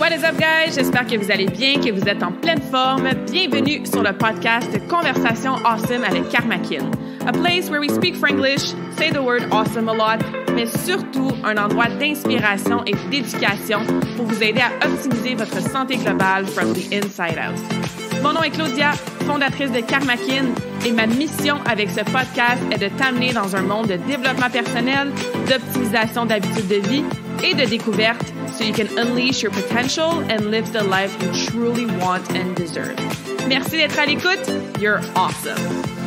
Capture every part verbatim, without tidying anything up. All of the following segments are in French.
What is up, guys? J'espère que vous allez bien, que vous êtes en pleine forme. Bienvenue sur le podcast Conversation Awesome avec Karmakin. A place where we speak Franglish, say the word awesome a lot, mais surtout un endroit d'inspiration et d'éducation pour vous aider à optimiser votre santé globale from the inside out. Mon nom est Claudia, fondatrice de Karmakin, et ma mission avec ce podcast est de t'amener dans un monde de développement personnel, d'optimisation d'habitudes de vie et de découverte so you can unleash your potential and live the life you truly want and deserve. Merci d'être à l'écoute. You're awesome.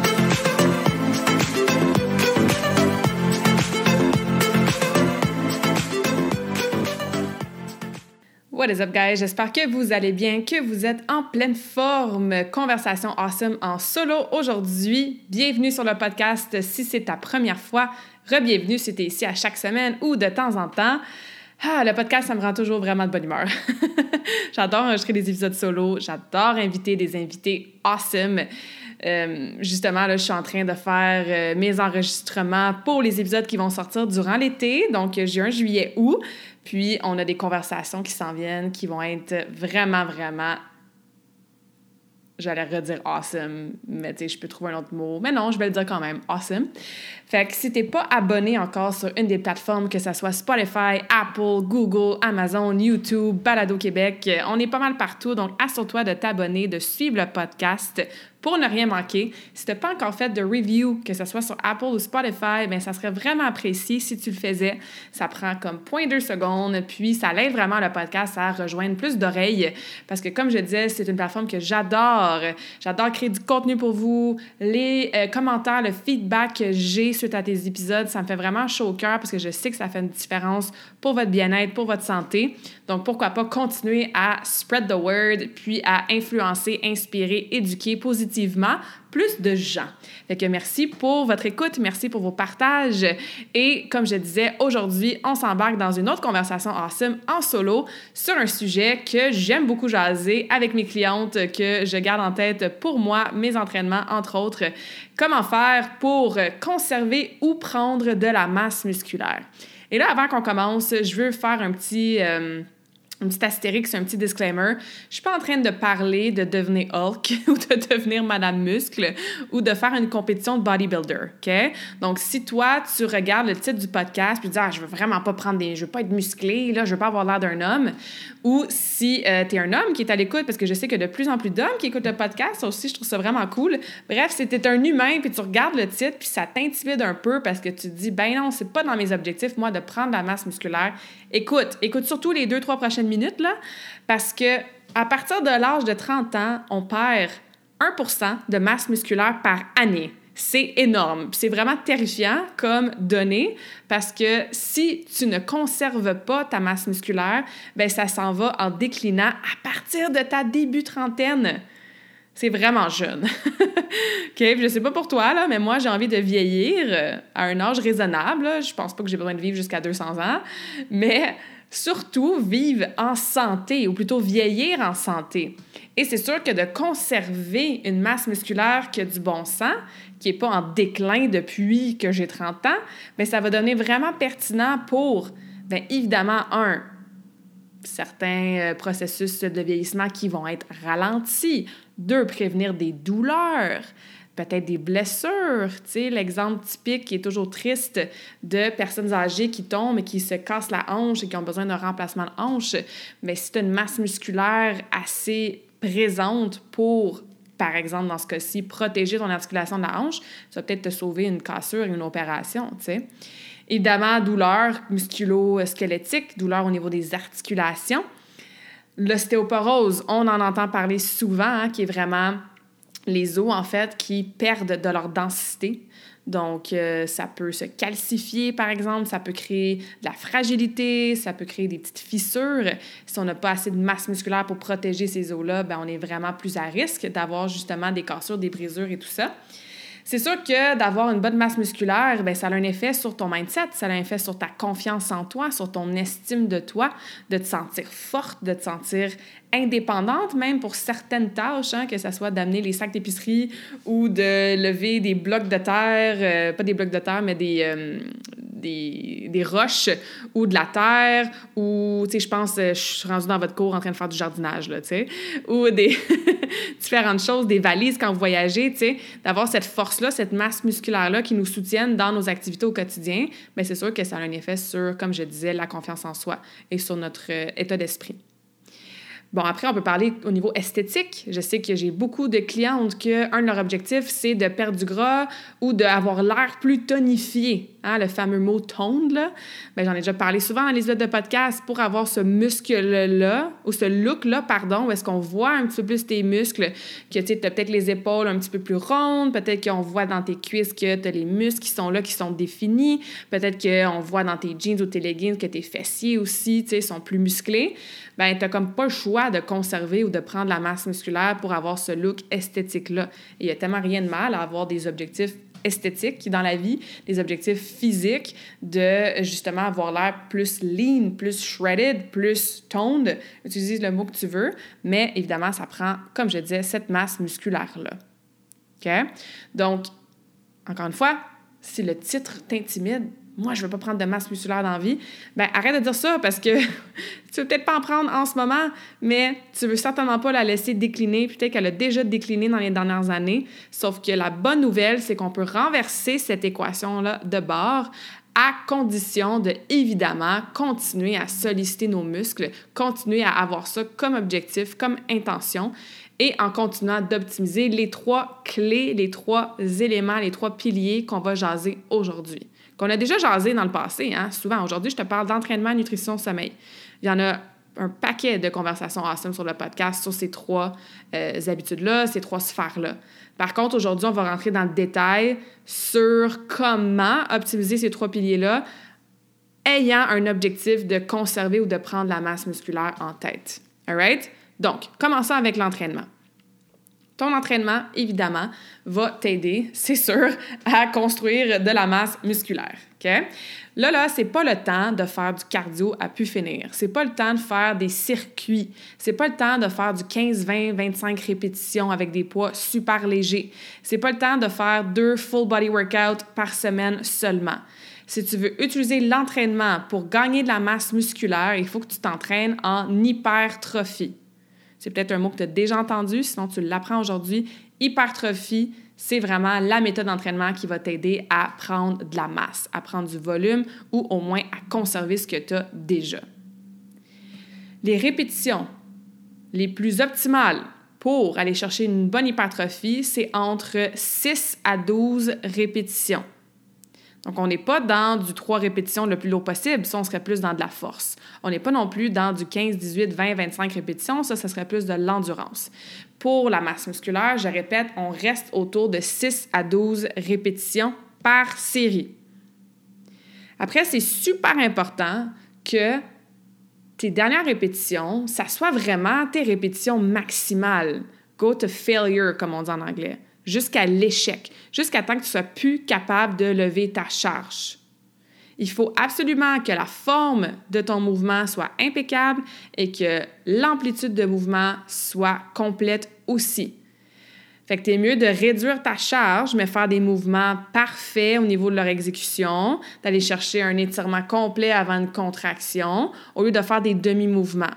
What is up, guys? J'espère que vous allez bien, que vous êtes en pleine forme. Conversation awesome en solo aujourd'hui. Bienvenue sur le podcast si c'est ta première fois. Re-bienvenue si t'es ici à chaque semaine ou de temps en temps. Ah, le podcast, ça me rend toujours vraiment de bonne humeur. J'adore enregistrer des épisodes solo. J'adore inviter des invités awesome. Euh, justement, là, je suis en train de faire euh, mes enregistrements pour les épisodes qui vont sortir durant l'été, donc juin, juillet, août. Puis, on a des conversations qui s'en viennent, qui vont être vraiment, vraiment, j'allais redire awesome, mais tu sais, je peux trouver un autre mot. Mais non, je vais le dire quand même, awesome. Fait que si t'es pas abonné encore sur une des plateformes, que ce soit Spotify, Apple, Google, Amazon, YouTube, Balado Québec, on est pas mal partout, donc assure-toi de t'abonner, de suivre le podcast pour ne rien manquer. Si tu n'as pas encore fait de review, que ce soit sur Apple ou Spotify, bien, ça serait vraiment apprécié si tu le faisais. Ça prend comme zéro virgule deux secondes, puis ça aide vraiment le podcast à rejoindre plus d'oreilles. Parce que, comme je disais, c'est une plateforme que j'adore. J'adore créer du contenu pour vous. Les euh, commentaires, le feedback que j'ai suite à tes épisodes, ça me fait vraiment chaud au cœur parce que je sais que ça fait une différence pour votre bien-être, pour votre santé. Donc, pourquoi pas continuer à spread the word, puis à influencer, inspirer, éduquer positivement plus de gens. Fait que merci pour votre écoute, merci pour vos partages. Et comme je disais, aujourd'hui, on s'embarque dans une autre conversation awesome en solo sur un sujet que j'aime beaucoup jaser avec mes clientes, que je garde en tête pour moi, mes entraînements, entre autres. Comment faire pour conserver ou prendre de la masse musculaire. Et là, avant qu'on commence, je veux faire un petit... Euh, un petit astérix, un petit disclaimer. Je suis pas en train de parler de devenir Hulk ou de devenir Madame Muscle ou de faire une compétition de bodybuilder, OK? Donc, si toi, tu regardes le titre du podcast puis tu dis « Ah, je veux vraiment pas prendre des... Je veux pas être musclé, là, je veux pas avoir l'air d'un homme. » Ou si euh, tu es un homme qui est à l'écoute, parce que je sais que de plus en plus d'hommes qui écoutent le podcast, ça aussi, je trouve ça vraiment cool. Bref, si tu es un humain puis tu regardes le titre puis ça t'intimide un peu parce que tu te dis « Ben non, c'est pas dans mes objectifs, moi, de prendre de la masse musculaire. » Écoute, écoute surtout les deux, trois prochaines minutes, là, parce que à partir de l'âge de trente ans, on perd un pour cent de masse musculaire par année. C'est énorme. Puis c'est vraiment terrifiant comme donnée parce que si tu ne conserves pas ta masse musculaire, bien, ça s'en va en déclinant à partir de ta début trentaine. C'est vraiment jeune. OK? Puis je sais pas pour toi, là, mais moi, j'ai envie de vieillir euh, à un âge raisonnable. Là. Je pense pas que j'ai besoin de vivre jusqu'à deux cents ans, mais surtout vivre en santé, ou plutôt vieillir en santé. Et c'est sûr que de conserver une masse musculaire qui a du bon sens, qui n'est pas en déclin depuis que j'ai trente ans, bien, ça va donner vraiment pertinent pour, bien, évidemment, un, certains processus de vieillissement qui vont être ralentis. Deux, prévenir des douleurs, peut-être des blessures. Tu sais, l'exemple typique qui est toujours triste de personnes âgées qui tombent et qui se cassent la hanche et qui ont besoin d'un remplacement de hanche. Mais si tu as une masse musculaire assez présente pour, par exemple, dans ce cas-ci, protéger ton articulation de la hanche, ça va peut-être te sauver une cassure et une opération, tu sais. Évidemment, douleur musculo-squelettique, douleur au niveau des articulations. L'ostéoporose, on en entend parler souvent, hein, qui est vraiment les os, en fait, qui perdent de leur densité. Donc, euh, ça peut se calcifier, par exemple, ça peut créer de la fragilité, ça peut créer des petites fissures. Si on n'a pas assez de masse musculaire pour protéger ces os-là, ben, on est vraiment plus à risque d'avoir justement des cassures, des brisures et tout ça. C'est sûr que d'avoir une bonne masse musculaire, bien, ça a un effet sur ton mindset, ça a un effet sur ta confiance en toi, sur ton estime de toi, de te sentir forte, de te sentir indépendante même pour certaines tâches, hein, que ce soit d'amener les sacs d'épicerie ou de lever des blocs de terre, euh, pas des blocs de terre, mais des, euh, des, des roches ou de la terre ou, tu sais, je pense, je suis rendue dans votre cours en train de faire du jardinage, là, tu sais, ou des différentes choses, des valises quand vous voyagez, tu sais, d'avoir cette force-là, cette masse musculaire-là qui nous soutiennent dans nos activités au quotidien, bien, c'est sûr que ça a un effet sur, comme je disais, la confiance en soi et sur notre euh, état d'esprit. Bon, après, on peut parler au niveau esthétique. Je sais que j'ai beaucoup de clientes que un de leurs objectifs, c'est de perdre du gras ou d'avoir l'air plus tonifié. Hein, le fameux mot « toned », là. Bien, j'en ai déjà parlé souvent dans les épisodes de podcast pour avoir ce muscle-là, ou ce look-là, pardon, où est-ce qu'on voit un petit peu plus tes muscles, que tu as peut-être les épaules un petit peu plus rondes, peut-être qu'on voit dans tes cuisses que tu as les muscles qui sont là, qui sont définis, peut-être qu'on voit dans tes jeans ou tes leggings que tes fessiers aussi, tu sais, sont plus musclés. Bien, tu n'as comme pas le choix de conserver ou de prendre la masse musculaire pour avoir ce look esthétique-là. Et il n'y a tellement rien de mal à avoir des objectifs esthétiques dans la vie, des objectifs physiques de, justement, avoir l'air plus lean, plus shredded, plus toned. Utilise le mot que tu veux, mais évidemment, ça prend, comme je disais, cette masse musculaire-là. OK? Donc, encore une fois, si le titre t'intimide, moi, je ne veux pas prendre de masse musculaire dans la vie, bien, arrête de dire ça parce que tu ne veux peut-être pas en prendre en ce moment, mais tu ne veux certainement pas la laisser décliner. Peut-être qu'elle a déjà décliné dans les dernières années. Sauf que la bonne nouvelle, c'est qu'on peut renverser cette équation-là de bord à condition de, évidemment, continuer à solliciter nos muscles, continuer à avoir ça comme objectif, comme intention, et en continuant d'optimiser les trois clés, les trois éléments, les trois piliers qu'on va jaser aujourd'hui. Qu'on a déjà jasé dans le passé, hein, souvent. Aujourd'hui, je te parle d'entraînement, nutrition, sommeil. Il y en a un paquet de conversations awesome sur le podcast sur ces trois euh, habitudes-là, ces trois sphères-là. Par contre, aujourd'hui, on va rentrer dans le détail sur comment optimiser ces trois piliers-là ayant un objectif de conserver ou de prendre la masse musculaire en tête. All right? Donc, commençons avec l'entraînement. Ton entraînement, évidemment, va t'aider, c'est sûr, à construire de la masse musculaire. OK? Là, là, c'est pas le temps de faire du cardio à pu finir. C'est pas le temps de faire des circuits. C'est pas le temps de faire du quinze, vingt, vingt-cinq répétitions avec des poids super légers. C'est pas le temps de faire deux full body workouts par semaine seulement. Si tu veux utiliser l'entraînement pour gagner de la masse musculaire, il faut que tu t'entraînes en hypertrophie. C'est peut-être un mot que tu as déjà entendu, sinon tu l'apprends aujourd'hui. Hypertrophie, c'est vraiment la méthode d'entraînement qui va t'aider à prendre de la masse, à prendre du volume ou au moins à conserver ce que tu as déjà. Les répétitions les plus optimales pour aller chercher une bonne hypertrophie, c'est entre six à douze répétitions. Donc, on n'est pas dans du trois répétitions le plus lourd possible. Ça, on serait plus dans de la force. On n'est pas non plus dans du quinze, dix-huit, vingt, vingt-cinq répétitions. Ça, ça serait plus de l'endurance. Pour la masse musculaire, je répète, on reste autour de six à douze répétitions par série. Après, c'est super important que tes dernières répétitions, ça soit vraiment tes répétitions maximales. Go to failure, comme on dit en anglais. Jusqu'à l'échec, jusqu'à temps que tu sois plus capable de lever ta charge. Il faut absolument que la forme de ton mouvement soit impeccable et que l'amplitude de mouvement soit complète aussi. Fait que t'es mieux de réduire ta charge, mais faire des mouvements parfaits au niveau de leur exécution, d'aller chercher un étirement complet avant une contraction, au lieu de faire des demi-mouvements.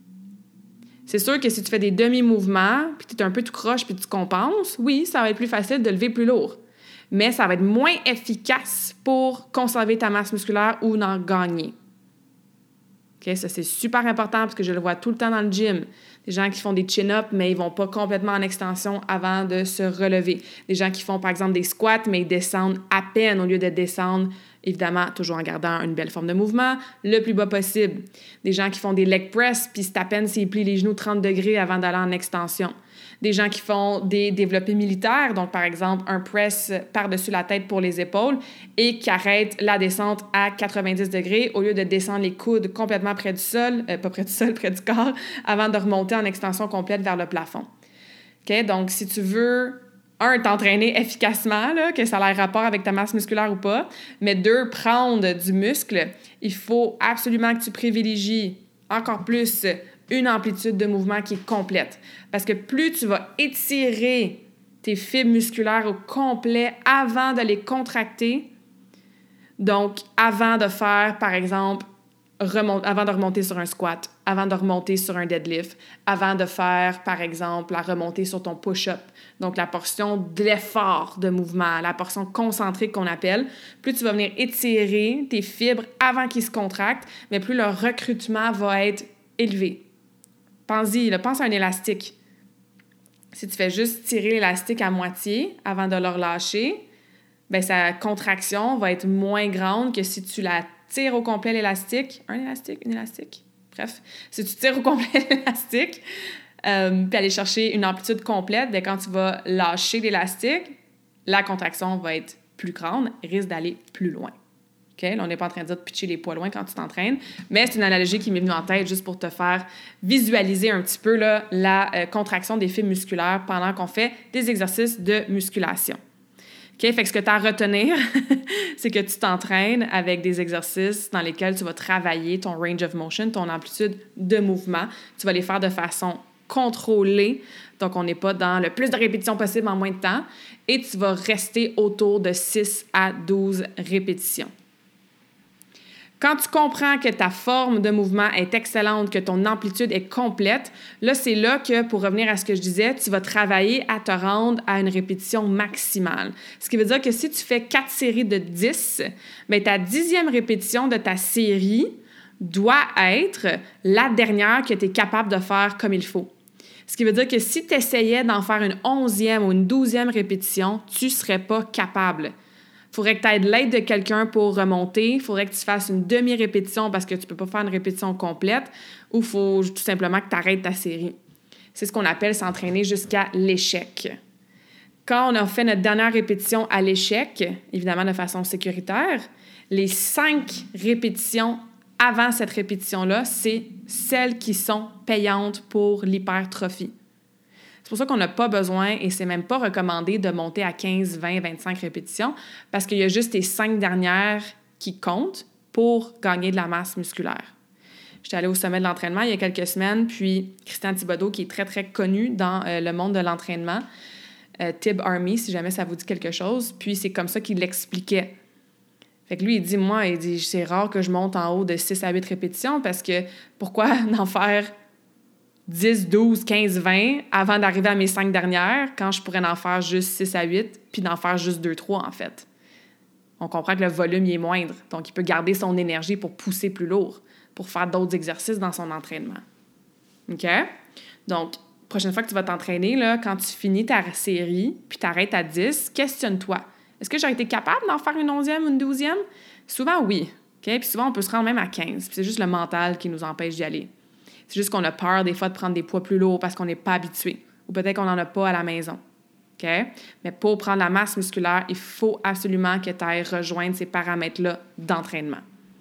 C'est sûr que si tu fais des demi-mouvements, puis tu es un peu tout croche, puis tu compenses, oui, ça va être plus facile de lever plus lourd. Mais ça va être moins efficace pour conserver ta masse musculaire ou en gagner. Okay? Ça, c'est super important parce que je le vois tout le temps dans le gym. Des gens qui font des chin-ups, mais ils vont pas complètement en extension avant de se relever. Des gens qui font, par exemple, des squats, mais ils descendent à peine au lieu de descendre, évidemment, toujours en gardant une belle forme de mouvement, le plus bas possible. Des gens qui font des leg press, puis c'est à peine s'ils plient les genoux trente degrés avant d'aller en extension. Des gens qui font des développés militaires, donc par exemple un press par-dessus la tête pour les épaules et qui arrêtent la descente à quatre-vingt-dix degrés au lieu de descendre les coudes complètement près du sol, euh, pas près du sol, près du corps, avant de remonter en extension complète vers le plafond. OK? Donc, si tu veux, un, t'entraîner efficacement, là, que ça ait rapport avec ta masse musculaire ou pas, mais deux, prendre du muscle, il faut absolument que tu privilégies encore plus une amplitude de mouvement qui est complète. Parce que plus tu vas étirer tes fibres musculaires au complet avant de les contracter, Donc, avant de faire, par exemple, remont- avant de remonter sur un squat, avant de remonter sur un deadlift, avant de faire, par exemple, la remontée sur ton push-up, donc la portion de l'effort de mouvement, la portion concentrique qu'on appelle, plus tu vas venir étirer tes fibres avant qu'ils se contractent, mais plus le recrutement va être élevé. Pense-y, là, pense à un élastique. Si tu fais juste tirer l'élastique à moitié avant de le relâcher, bien, sa contraction va être moins grande que si tu la tires au complet l'élastique. Un élastique, une élastique, bref. Si tu tires au complet l'élastique, euh, puis aller chercher une amplitude complète, bien, quand tu vas lâcher l'élastique, la contraction va être plus grande, risque d'aller plus loin. Okay? Là, on n'est pas en train de dire de pitcher les poids loin quand tu t'entraînes, mais c'est une analogie qui m'est venue en tête juste pour te faire visualiser un petit peu là, la euh, contraction des fibres musculaires pendant qu'on fait des exercices de musculation. Okay? Fait que ce que tu as à retenir, c'est que tu t'entraînes avec des exercices dans lesquels tu vas travailler ton range of motion, ton amplitude de mouvement. Tu vas les faire de façon contrôlée, donc on n'est pas dans le plus de répétitions possible en moins de temps, et tu vas rester autour de six à douze répétitions. Quand tu comprends que ta forme de mouvement est excellente, que ton amplitude est complète, là, c'est là que, pour revenir à ce que je disais, tu vas travailler à te rendre à une répétition maximale. Ce qui veut dire que si tu fais quatre séries de dix, bien, ta dixième répétition de ta série doit être la dernière que tu es capable de faire comme il faut. Ce qui veut dire que si tu essayais d'en faire une onzième ou une douzième répétition, tu ne serais pas capable. Il faudrait que tu aies de l'aide de quelqu'un pour remonter. Il faudrait que tu fasses une demi-répétition parce que tu ne peux pas faire une répétition complète ou il faut tout simplement que tu arrêtes ta série. C'est ce qu'on appelle s'entraîner jusqu'à l'échec. Quand on a fait notre dernière répétition à l'échec, évidemment de façon sécuritaire, les cinq répétitions avant cette répétition-là, c'est celles qui sont payantes pour l'hypertrophie. C'est pour ça qu'on n'a pas besoin, et c'est même pas recommandé, de monter à quinze, vingt, vingt-cinq répétitions parce qu'il y a juste les cinq dernières qui comptent pour gagner de la masse musculaire. J'étais allée au sommet de l'entraînement il y a quelques semaines, puis Christian Thibodeau, qui est très, très connu dans euh, le monde de l'entraînement, euh, Tib Army, si jamais ça vous dit quelque chose, puis c'est comme ça qu'il l'expliquait. Fait que lui, il dit, moi, il dit, c'est rare que je monte en haut de six à huit répétitions parce que pourquoi en faire dix, douze, quinze, vingt avant d'arriver à mes cinq dernières quand je pourrais en faire juste six à huit puis d'en faire juste deux trois, en fait. On comprend que le volume il est moindre. Donc, il peut garder son énergie pour pousser plus lourd, pour faire d'autres exercices dans son entraînement. OK? Donc, prochaine fois que tu vas t'entraîner, là, quand tu finis ta série puis tu arrêtes à dix, questionne-toi. Est-ce que j'aurais été capable d'en faire une onzième ou une douzième? Souvent, oui. OK? Puis souvent, on peut se rendre même à quinze. Puis c'est juste le mental qui nous empêche d'y aller. C'est juste qu'on a peur des fois de prendre des poids plus lourds parce qu'on n'est pas habitué. Ou peut-être qu'on n'en a pas à la maison. OK? Mais pour prendre la masse musculaire, il faut absolument que tu ailles rejoindre ces paramètres-là d'entraînement.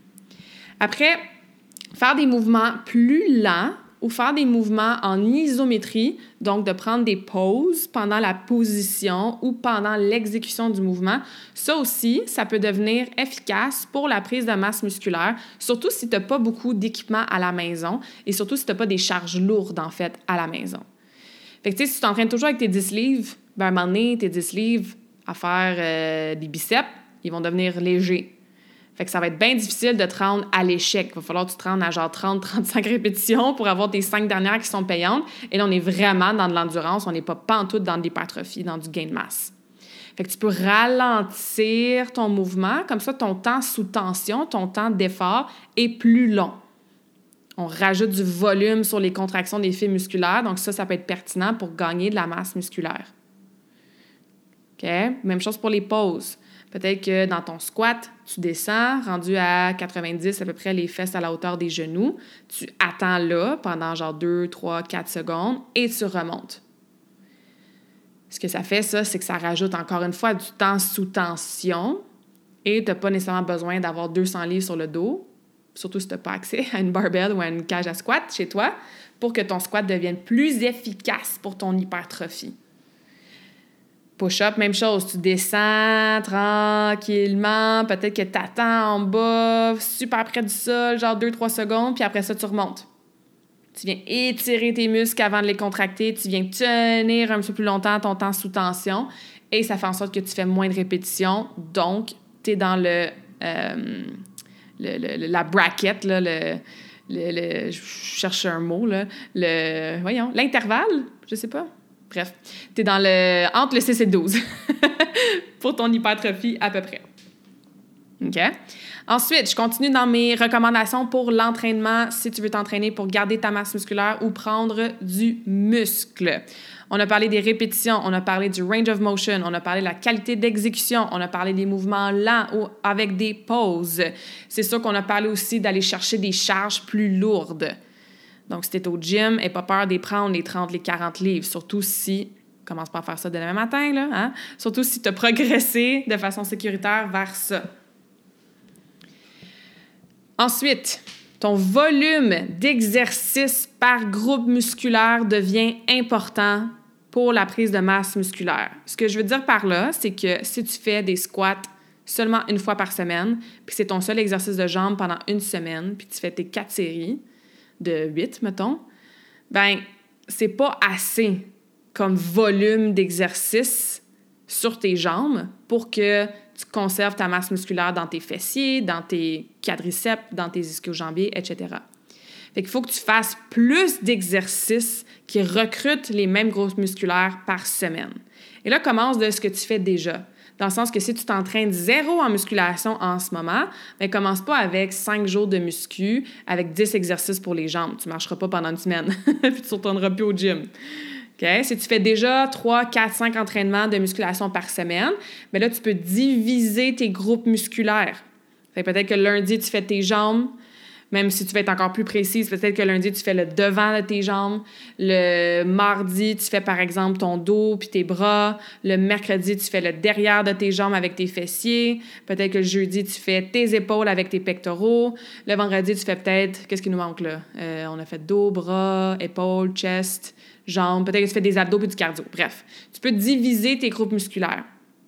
Après, faire des mouvements plus lents ou faire des mouvements en isométrie, donc de prendre des pauses pendant la position ou pendant l'exécution du mouvement, ça aussi, ça peut devenir efficace pour la prise de masse musculaire, surtout si tu n'as pas beaucoup d'équipement à la maison et surtout si tu n'as pas des charges lourdes, en fait, à la maison. Fait que, tu sais, si tu t'entraînes toujours avec tes dix livres, ben, à un moment donné, tes dix livres à faire euh, des biceps, ils vont devenir légers. Fait que ça va être bien difficile de te rendre à l'échec. Il va falloir que tu te rendes à genre trente à trente-cinq répétitions pour avoir tes cinq dernières qui sont payantes. Et là, on est vraiment dans de l'endurance. On n'est pas pantoute dans de l'hypertrophie, dans du gain de masse. Fait que tu peux ralentir ton mouvement. Comme ça, ton temps sous tension, ton temps d'effort est plus long. On rajoute du volume sur les contractions des fibres musculaires. Donc ça, ça peut être pertinent pour gagner de la masse musculaire. OK? Même chose pour les pauses. Peut-être que dans ton squat, tu descends, rendu à quatre-vingt-dix, à peu près les fesses à la hauteur des genoux. Tu attends là pendant genre deux, trois, quatre secondes et tu remontes. Ce que ça fait, ça, c'est que ça rajoute encore une fois du temps sous tension et tu n'as pas nécessairement besoin d'avoir deux cents livres sur le dos, surtout si tu n'as pas accès à une barbell ou à une cage à squat chez toi, pour que ton squat devienne plus efficace pour ton hypertrophie. Push-up, même chose. Tu descends tranquillement. Peut-être que tu attends en bas, super près du sol, genre deux trois secondes, puis après ça, tu remontes. Tu viens étirer tes muscles avant de les contracter. Tu viens tenir un petit peu plus longtemps ton temps sous tension et ça fait en sorte que tu fais moins de répétitions. Donc, tu es dans le euh, le, le, la bracket, là, le, le, le... Je cherche un mot, là. Le... Voyons, l'intervalle, je sais pas. Bref, t'es dans le... entre le six et le douze pour ton hypertrophie à peu près. OK? Ensuite, je continue dans mes recommandations pour l'entraînement si tu veux t'entraîner pour garder ta masse musculaire ou prendre du muscle. On a parlé des répétitions, on a parlé du range of motion, on a parlé de la qualité d'exécution, on a parlé des mouvements lents ou avec des pauses. C'est sûr qu'on a parlé aussi d'aller chercher des charges plus lourdes. Donc, si tu es au gym, n'aie pas peur d'y prendre les trente, les quarante livres, surtout si... Commence pas à faire ça dès demain matin, là, hein? Surtout si tu as progressé de façon sécuritaire vers ça. Ensuite, ton volume d'exercice par groupe musculaire devient important pour la prise de masse musculaire. Ce que je veux dire par là, c'est que si tu fais des squats seulement une fois par semaine, puis c'est ton seul exercice de jambes pendant une semaine, puis tu fais tes quatre séries de huit, mettons, ben c'est pas assez comme volume d'exercice sur tes jambes pour que tu conserves ta masse musculaire dans tes fessiers, dans tes quadriceps, dans tes ischio-jambiers, et cetera. Fait qu'il faut que tu fasses plus d'exercices qui recrutent les mêmes groupes musculaires par semaine. Et là, commence de ce que tu fais déjà. Dans le sens que si tu t'entraînes zéro en musculation en ce moment, bien, commence pas avec cinq jours de muscu, avec dix exercices pour les jambes. Tu marcheras pas pendant une semaine, puis tu ne retourneras plus au gym. Okay? Si tu fais déjà trois, quatre, cinq entraînements de musculation par semaine, bien là, tu peux diviser tes groupes musculaires. Fait que peut-être que lundi, tu fais tes jambes. Même si tu veux être encore plus précise, peut-être que lundi, tu fais le devant de tes jambes. Le mardi, tu fais par exemple ton dos puis tes bras. Le mercredi, tu fais le derrière de tes jambes avec tes fessiers. Peut-être que le jeudi, tu fais tes épaules avec tes pectoraux. Le vendredi, tu fais peut-être... Qu'est-ce qui nous manque là? Euh, on a fait dos, bras, épaules, chest, jambes. Peut-être que tu fais des abdos puis du cardio. Bref, tu peux diviser tes groupes musculaires.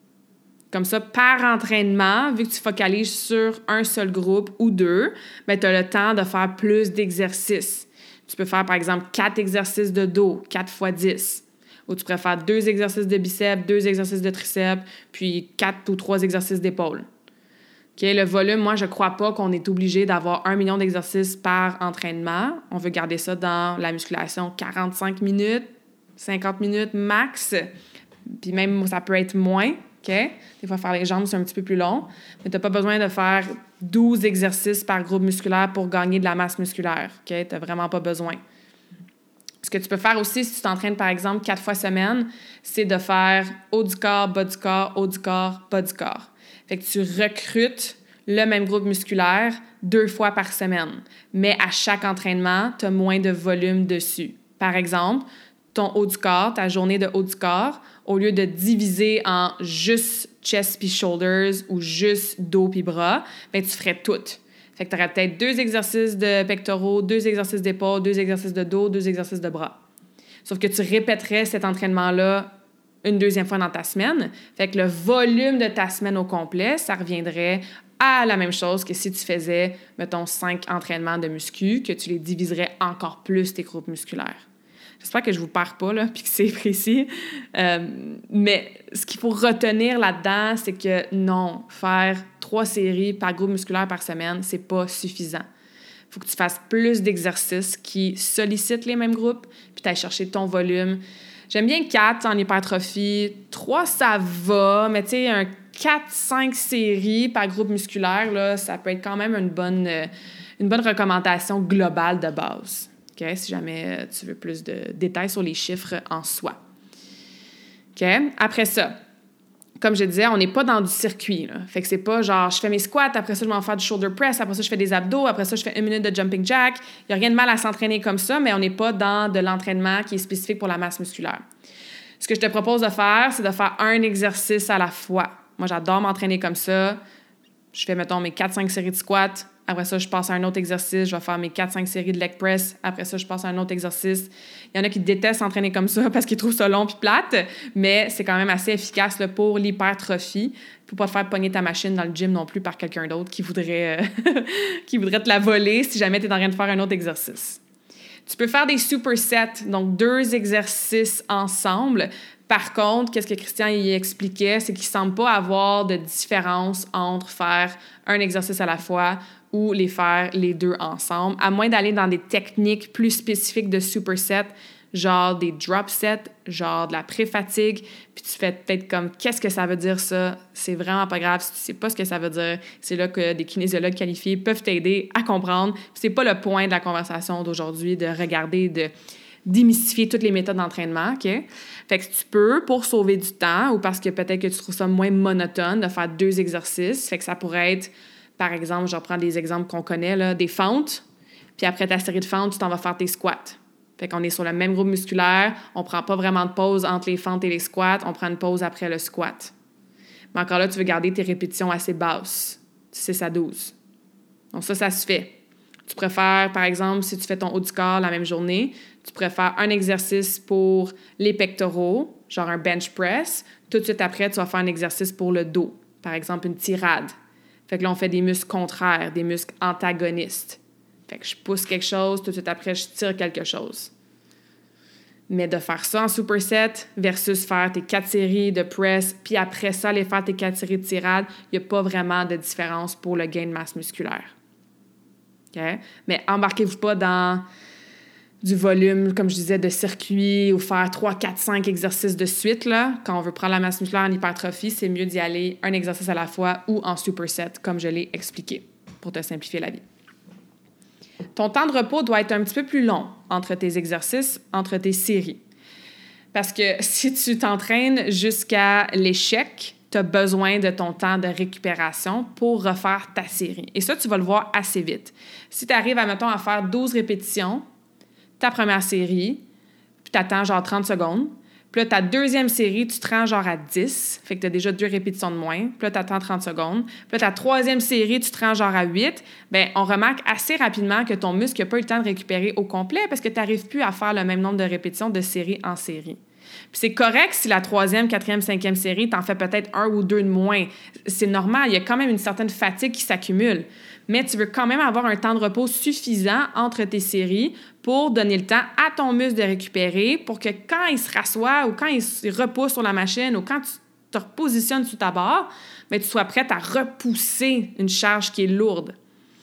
Comme ça, par entraînement, vu que tu focalises sur un seul groupe ou deux, bien, tu as le temps de faire plus d'exercices. Tu peux faire, par exemple, quatre exercices de dos, quatre fois dix. Ou tu pourrais faire deux exercices de biceps, deux exercices de triceps, puis quatre ou trois exercices d'épaule. Okay, le volume, moi, je ne crois pas qu'on est obligé d'avoir un million d'exercices par entraînement. On veut garder ça dans la musculation quarante-cinq minutes, cinquante minutes max. Puis même, ça peut être moins. Okay? Des fois, faire les jambes, c'est un petit peu plus long. Mais tu n'as pas besoin de faire douze exercices par groupe musculaire pour gagner de la masse musculaire. Okay? Tu n'as vraiment pas besoin. Ce que tu peux faire aussi, si tu t'entraînes, par exemple, quatre fois semaine, c'est de faire haut du corps, bas du corps, haut du corps, bas du corps. Fait que tu recrutes le même groupe musculaire deux fois par semaine. Mais à chaque entraînement, tu as moins de volume dessus. Par exemple, ton haut du corps, ta journée de haut du corps, au lieu de diviser en juste chest puis shoulders ou juste dos puis bras, bien, tu ferais toutes. Fait que tu aurais peut-être deux exercices de pectoraux, deux exercices d'épaules, deux exercices de dos, deux exercices de bras. Sauf que tu répéterais cet entraînement-là une deuxième fois dans ta semaine. Fait que le volume de ta semaine au complet, ça reviendrait à la même chose que si tu faisais, mettons, cinq entraînements de muscu, que tu les diviserais encore plus tes groupes musculaires. J'espère que je ne vous perds pas, là, puis que c'est précis. Euh, mais ce qu'il faut retenir là-dedans, c'est que non, faire trois séries par groupe musculaire par semaine, c'est pas suffisant. Il faut que tu fasses plus d'exercices qui sollicitent les mêmes groupes, puis tu ailles chercher ton volume. J'aime bien quatre en hypertrophie. trois, ça va, mais tu sais, un quatre cinq séries par groupe musculaire, là, ça peut être quand même une bonne, une bonne recommandation globale de base. Okay? Si jamais tu veux plus de détails sur les chiffres en soi. Okay? Après ça, comme je disais, on n'est pas dans du circuit. Là. Fait que c'est pas genre, je fais mes squats, après ça, je vais en faire du shoulder press, après ça, je fais des abdos, après ça, je fais une minute de jumping jack. Il n'y a rien de mal à s'entraîner comme ça, mais on n'est pas dans de l'entraînement qui est spécifique pour la masse musculaire. Ce que je te propose de faire, c'est de faire un exercice à la fois. Moi, j'adore m'entraîner comme ça. Je fais, mettons, mes quatre cinq séries de squats. Après ça, je passe à un autre exercice. Je vais faire mes quatre cinq séries de leg press. Après ça, je passe à un autre exercice. Il y en a qui détestent s'entraîner comme ça parce qu'ils trouvent ça long puis plate, mais c'est quand même assez efficace là, pour l'hypertrophie. Pour pas te faire pogner ta machine dans le gym non plus par quelqu'un d'autre qui voudrait, euh, qui voudrait te la voler si jamais tu es en train de faire un autre exercice. Tu peux faire des supersets, donc deux exercices ensemble. Par contre, qu'est-ce que Christian y expliquait, c'est qu'il ne semble pas avoir de différence entre faire un exercice à la fois ou les faire les deux ensemble, à moins d'aller dans des techniques plus spécifiques de superset, genre des drop sets, genre de la pré-fatigue, puis tu fais peut-être comme « qu'est-ce que ça veut dire ça? » C'est vraiment pas grave si tu sais pas ce que ça veut dire. C'est là que des kinésiologues qualifiés peuvent t'aider à comprendre. Puis c'est pas le point de la conversation d'aujourd'hui de regarder, de démystifier toutes les méthodes d'entraînement, OK? Fait que tu peux, pour sauver du temps ou parce que peut-être que tu trouves ça moins monotone de faire deux exercices, fait que ça pourrait être, par exemple, je reprends des exemples qu'on connaît, là, des fentes, puis après ta série de fentes, tu t'en vas faire tes squats. Fait qu'on est sur le même groupe musculaire, on prend pas vraiment de pause entre les fentes et les squats, on prend une pause après le squat. Mais encore là, tu veux garder tes répétitions assez basses, six à douze. Donc ça, ça se fait. Tu préfères, par exemple, si tu fais ton haut du corps la même journée, tu préfères un exercice pour les pectoraux, genre un bench press. Tout de suite après, tu vas faire un exercice pour le dos, par exemple une tirade. Fait que là, on fait des muscles contraires, des muscles antagonistes. Fait que je pousse quelque chose, tout de suite après, je tire quelque chose. Mais de faire ça en superset versus faire tes quatre séries de press, puis après ça, aller faire tes quatre séries de tirade, il n'y a pas vraiment de différence pour le gain de masse musculaire. OK? Mais embarquez-vous pas dans du volume, comme je disais, de circuit ou faire trois, quatre, cinq exercices de suite. Là. Quand on veut prendre la masse musculaire en hypertrophie, c'est mieux d'y aller un exercice à la fois ou en superset, comme je l'ai expliqué, pour te simplifier la vie. Ton temps de repos doit être un petit peu plus long entre tes exercices, entre tes séries. Parce que si tu t'entraînes jusqu'à l'échec, tu as besoin de ton temps de récupération pour refaire ta série. Et ça, tu vas le voir assez vite. Si tu arrives, admettons, à faire douze répétitions, ta première série, puis tu attends genre trente secondes. Puis là, ta deuxième série, tu te rends genre à dix, fait que tu as déjà deux répétitions de moins. Puis là, tu attends trente secondes. Puis là, ta troisième série, tu te rends genre à huit. Bien, on remarque assez rapidement que ton muscle n'a pas eu le temps de récupérer au complet parce que tu n'arrives plus à faire le même nombre de répétitions de série en série. Puis c'est correct si la troisième, quatrième, cinquième série, t'en fais peut-être un ou deux de moins. C'est normal, il y a quand même une certaine fatigue qui s'accumule. Mais tu veux quand même avoir un temps de repos suffisant entre tes séries pour donner le temps à ton muscle de récupérer pour que quand il se rassoit ou quand il se repousse sur la machine ou quand tu te repositionnes sous ta barre, bien, tu sois prête à repousser une charge qui est lourde,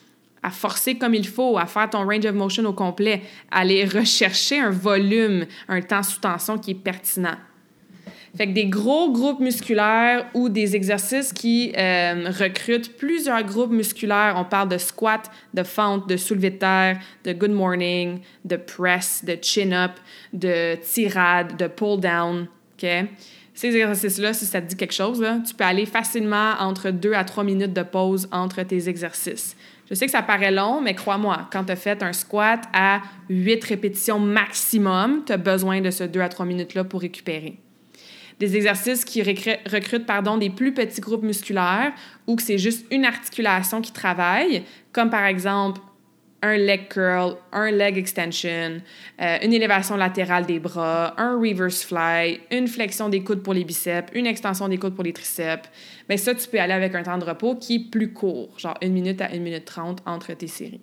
à forcer comme il faut, à faire ton range of motion au complet, à aller rechercher un volume, un temps sous tension qui est pertinent. Fait que des gros groupes musculaires ou des exercices qui euh, recrutent plusieurs groupes musculaires, on parle de squat, de fente, de soulevé de terre, de good morning, de press, de chin-up, de tirade, de pull-down, OK? Ces exercices-là, si ça te dit quelque chose, là, tu peux aller facilement entre deux à trois minutes de pause entre tes exercices. Je sais que ça paraît long, mais crois-moi, quand tu as fait un squat à huit répétitions maximum, tu as besoin de ce deux à trois minutes-là pour récupérer. Des exercices qui recrutent pardon, des plus petits groupes musculaires ou que c'est juste une articulation qui travaille, comme par exemple un leg curl, un leg extension, euh, une élévation latérale des bras, un reverse fly, une flexion des coudes pour les biceps, une extension des coudes pour les triceps. Bien ça, tu peux aller avec un temps de repos qui est plus court, genre une minute à une minute trente entre tes séries.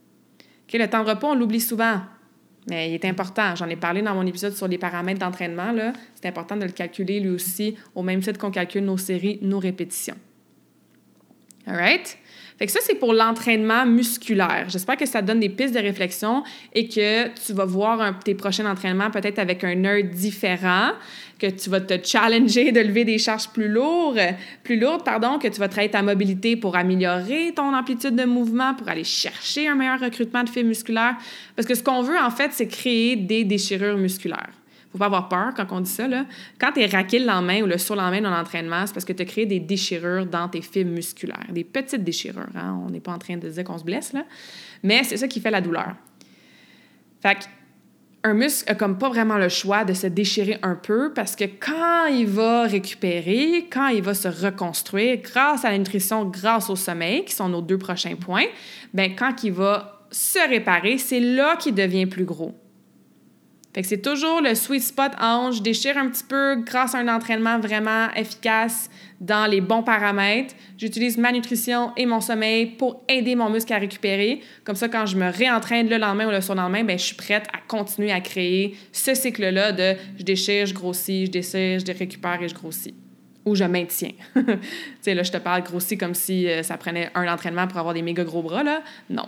Okay, le temps de repos, on l'oublie souvent. Mais il est important. J'en ai parlé dans mon épisode sur les paramètres d'entraînement. Là. C'est important de le calculer lui aussi, au même titre qu'on calcule nos séries, nos répétitions. All right? Fait que ça, c'est pour l'entraînement musculaire. J'espère que ça te donne des pistes de réflexion et que tu vas voir un, tes prochains entraînements peut-être avec un nerd différent, que tu vas te challenger de lever des charges plus lourdes, plus lourdes, pardon, que tu vas travailler ta mobilité pour améliorer ton amplitude de mouvement, pour aller chercher un meilleur recrutement de fibres musculaires. Parce que ce qu'on veut, en fait, c'est créer des déchirures musculaires. Faut pas avoir peur quand on dit ça, là. Quand tu es raqué le lendemain ou le surlendemain dans l'entraînement, c'est parce que tu as créé des déchirures dans tes fibres musculaires. Des petites déchirures, hein? On n'est pas en train de dire qu'on se blesse, là. Mais c'est ça qui fait la douleur. Fait qu'un muscle a comme pas vraiment le choix de se déchirer un peu parce que quand il va récupérer, quand il va se reconstruire, grâce à la nutrition, grâce au sommeil, qui sont nos deux prochains points, bien, quand il va se réparer, c'est là qu'il devient plus gros. Fait que c'est toujours le sweet spot entre je déchire un petit peu grâce à un entraînement vraiment efficace dans les bons paramètres. J'utilise ma nutrition et mon sommeil pour aider mon muscle à récupérer. Comme ça, quand je me réentraîne le lendemain ou le surlendemain, bien, je suis prête à continuer à créer ce cycle-là de je déchire, je grossis, je déchire, je récupère et je grossis. Ou je maintiens. Tu sais, là, je te parle grossi comme si euh, ça prenait un entraînement pour avoir des méga gros bras, là. Non.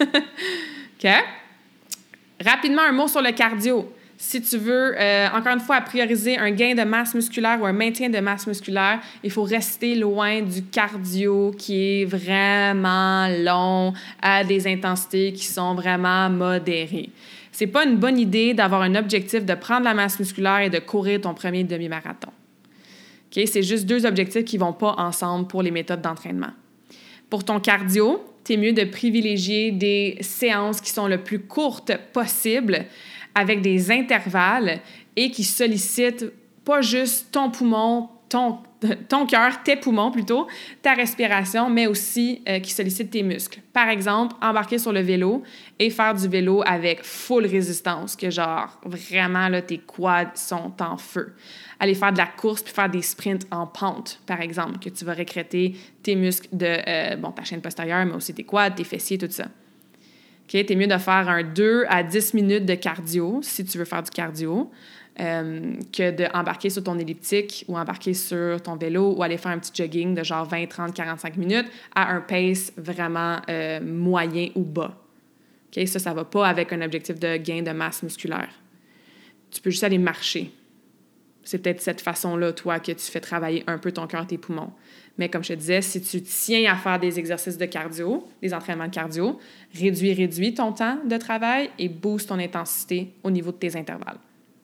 OK? Rapidement, un mot sur le cardio. Si tu veux, euh, encore une fois, prioriser un gain de masse musculaire ou un maintien de masse musculaire, il faut rester loin du cardio qui est vraiment long à des intensités qui sont vraiment modérées. C'est pas une bonne idée d'avoir un objectif de prendre la masse musculaire et de courir ton premier demi-marathon. Okay? C'est juste deux objectifs qui ne vont pas ensemble pour les méthodes d'entraînement. Pour ton cardio, c'est mieux de privilégier des séances qui sont le plus courtes possible avec des intervalles et qui sollicitent pas juste ton poumon, ton, ton cœur, tes poumons plutôt, ta respiration, mais aussi euh, qui sollicitent tes muscles. Par exemple, embarquer sur le vélo et faire du vélo avec full résistance, que genre vraiment là, tes quads sont en feu. Aller faire de la course puis faire des sprints en pente, par exemple, que tu vas recruter tes muscles de euh, bon, ta chaîne postérieure, mais aussi tes quads, tes fessiers, tout ça. Okay? T'es mieux de faire un deux à dix minutes de cardio, si tu veux faire du cardio, euh, que d'embarquer sur ton elliptique ou embarquer sur ton vélo ou aller faire un petit jogging de genre vingt, trente, quarante-cinq minutes à un pace vraiment euh, moyen ou bas. Okay? Ça, ça ne va pas avec un objectif de gain de masse musculaire. Tu peux juste aller marcher. C'est peut-être cette façon-là, toi, que tu fais travailler un peu ton cœur, tes poumons. Mais comme je te disais, si tu tiens à faire des exercices de cardio, des entraînements de cardio, réduis, réduis ton temps de travail et booste ton intensité au niveau de tes intervalles.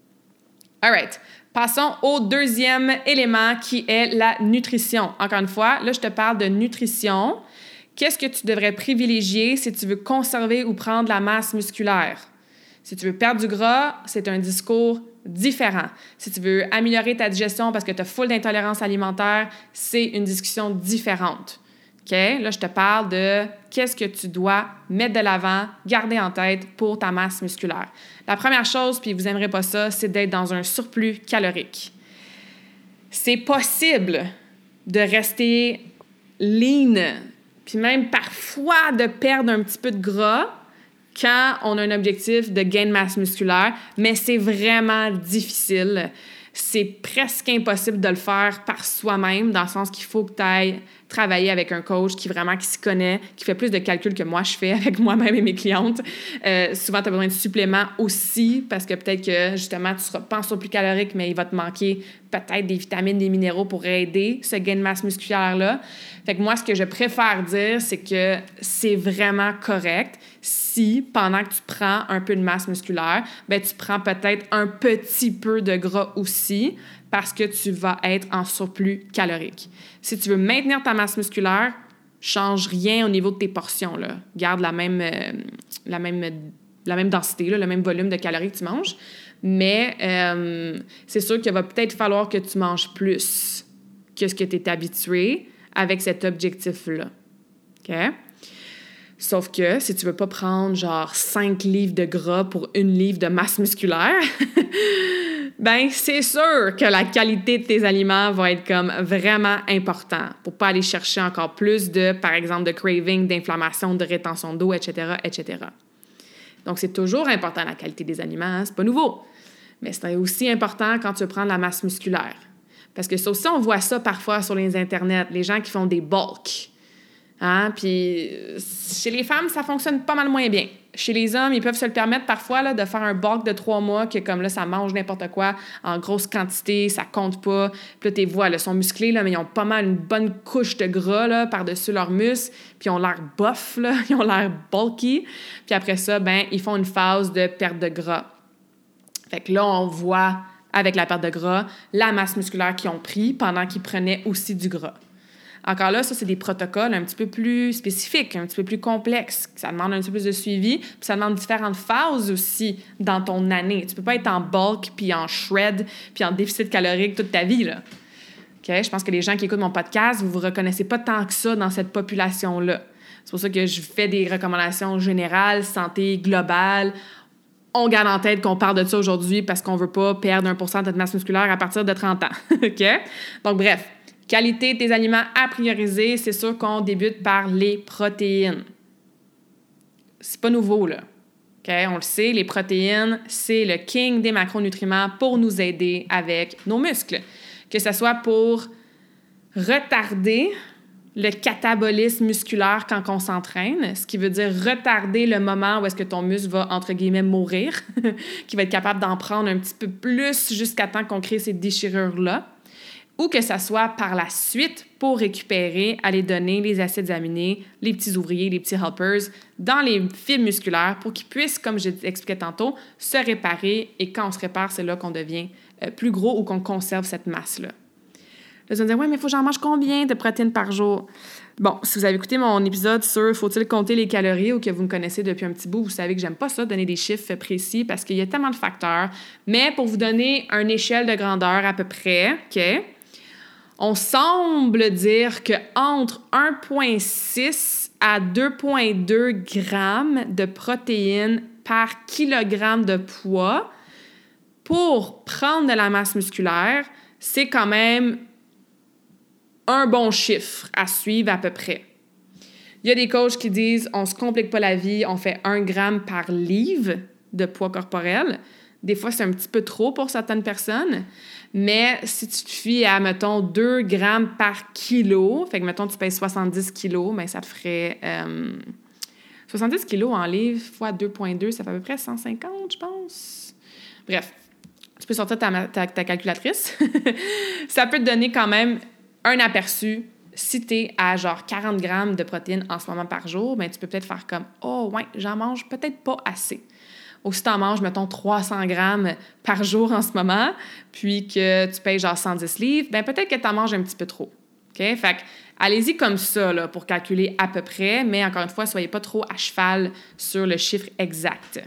All right. Passons au deuxième élément qui est la nutrition. Encore une fois, là, je te parle de nutrition. Qu'est-ce que tu devrais privilégier si tu veux conserver ou prendre la masse musculaire? Si tu veux perdre du gras, c'est un discours différent. Si tu veux améliorer ta digestion parce que tu as full d'intolérance alimentaire, c'est une discussion différente. OK? Là, je te parle de qu'est-ce que tu dois mettre de l'avant, garder en tête pour ta masse musculaire. La première chose, puis vous n'aimerez pas ça, c'est d'être dans un surplus calorique. C'est possible de rester lean, puis même parfois de perdre un petit peu de gras quand on a un objectif de gain de masse musculaire, mais c'est vraiment difficile. C'est presque impossible de le faire par soi-même, dans le sens qu'il faut que tu ailles travailler avec un coach qui vraiment qui s'y connaît, qui fait plus de calculs que moi je fais avec moi-même et mes clientes. Euh, souvent, tu as besoin de suppléments aussi, parce que peut-être que, justement, tu ne seras pas en surplus calorique, mais il va te manquer peut-être des vitamines, des minéraux pour aider ce gain de masse musculaire-là. Fait que moi, ce que je préfère dire, c'est que c'est vraiment correct si, pendant que tu prends un peu de masse musculaire, ben tu prends peut-être un petit peu de gras aussi, parce que tu vas être en surplus calorique. Si tu veux maintenir ta masse musculaire, change rien au niveau de tes portions, là. Garde la même, euh, la même, la même densité, là, le même volume de calories que tu manges. Mais euh, c'est sûr qu'il va peut-être falloir que tu manges plus que ce que tu es habitué avec cet objectif-là. OK? Sauf que si tu veux pas prendre genre cinq livres de gras pour une livre de masse musculaire, ben c'est sûr que la qualité de tes aliments va être comme vraiment important pour pas aller chercher encore plus de, par exemple, de craving, d'inflammation, de rétention d'eau, et cetera, et cetera. Donc, c'est toujours important la qualité des aliments, hein? C'est pas nouveau. Mais c'est aussi important quand tu veux prendre la masse musculaire. Parce que ça aussi, on voit ça parfois sur les internets, les gens qui font des bulks. Hein? Puis chez les femmes, ça fonctionne pas mal moins bien. Chez les hommes, ils peuvent se le permettre parfois là, de faire un bulk de trois mois que comme là, ça mange n'importe quoi en grosse quantité, ça compte pas. Puis là, tes vois, ils sont musclés, là, mais ils ont pas mal une bonne couche de gras là, par-dessus leurs muscles, puis ils ont l'air bof, là, ils ont l'air bulky. Puis après ça, ben ils font une phase de perte de gras. Fait que là, on voit, avec la perte de gras, la masse musculaire qu'ils ont pris pendant qu'ils prenaient aussi du gras. Encore là, ça, c'est des protocoles un petit peu plus spécifiques, un petit peu plus complexes. Ça demande un petit peu plus de suivi, puis ça demande différentes phases aussi dans ton année. Tu peux pas être en bulk, puis en shred, puis en déficit calorique toute ta vie, là. OK? Je pense que les gens qui écoutent mon podcast, vous vous reconnaissez pas tant que ça dans cette population-là. C'est pour ça que je fais des recommandations générales, santé globale. on garde en tête qu'on parle de ça aujourd'hui parce qu'on veut pas perdre un pour cent de notre masse musculaire à partir de trente ans. OK? Donc, bref, qualité de tes aliments à prioriser, c'est sûr qu'on débute par les protéines. C'est pas nouveau, là. OK? On le sait, les protéines, c'est le king des macronutriments pour nous aider avec nos muscles. Que ce soit pour retarder le catabolisme musculaire quand on s'entraîne, ce qui veut dire retarder le moment où est-ce que ton muscle va, entre guillemets, mourir, qui va être capable d'en prendre un petit peu plus jusqu'à temps qu'on crée ces déchirures-là, ou que ça soit par la suite pour récupérer, aller donner les acides aminés, les petits ouvriers, les petits helpers dans les fibres musculaires pour qu'ils puissent, comme je expliquais tantôt, se réparer. Et quand on se répare, c'est là qu'on devient euh, plus gros ou qu'on conserve cette masse-là. Là, vous allez me dire, ouais, mais il faut que j'en mange combien de protéines par jour? Bon, si vous avez écouté mon épisode sur faut-il compter les calories ou que vous me connaissez depuis un petit bout, vous savez que j'aime pas ça, donner des chiffres précis parce qu'il y a tellement de facteurs. Mais pour vous donner une échelle de grandeur à peu près, OK, on semble dire qu'entre un virgule six à deux virgule deux grammes de protéines par kilogramme de poids pour prendre de la masse musculaire, c'est quand même un bon chiffre à suivre à peu près. Il y a des coachs qui disent on se complique pas la vie, on fait un gramme par livre de poids corporel. Des fois, c'est un petit peu trop pour certaines personnes, mais si tu te fies à, mettons, deux grammes par kilo, fait que, mettons, tu pèses soixante-dix kilos, bien, ça te ferait euh, soixante-dix kilos en livres fois deux virgule deux, ça fait à peu près cent cinquante, je pense. Bref, tu peux sortir ta, ta, ta calculatrice. Ça peut te donner quand même un aperçu. Si tu es à genre quarante grammes de protéines en ce moment par jour, bien, tu peux peut-être faire comme « Oh, ouais, j'en mange peut-être pas assez. » Ou si tu en manges, mettons, trois cents grammes par jour en ce moment, puis que tu payes genre cent dix livres, bien, peut-être que tu en manges un petit peu trop. OK? Fait que allez-y comme ça là, pour calculer à peu près, mais encore une fois, soyez pas trop à cheval sur le chiffre exact.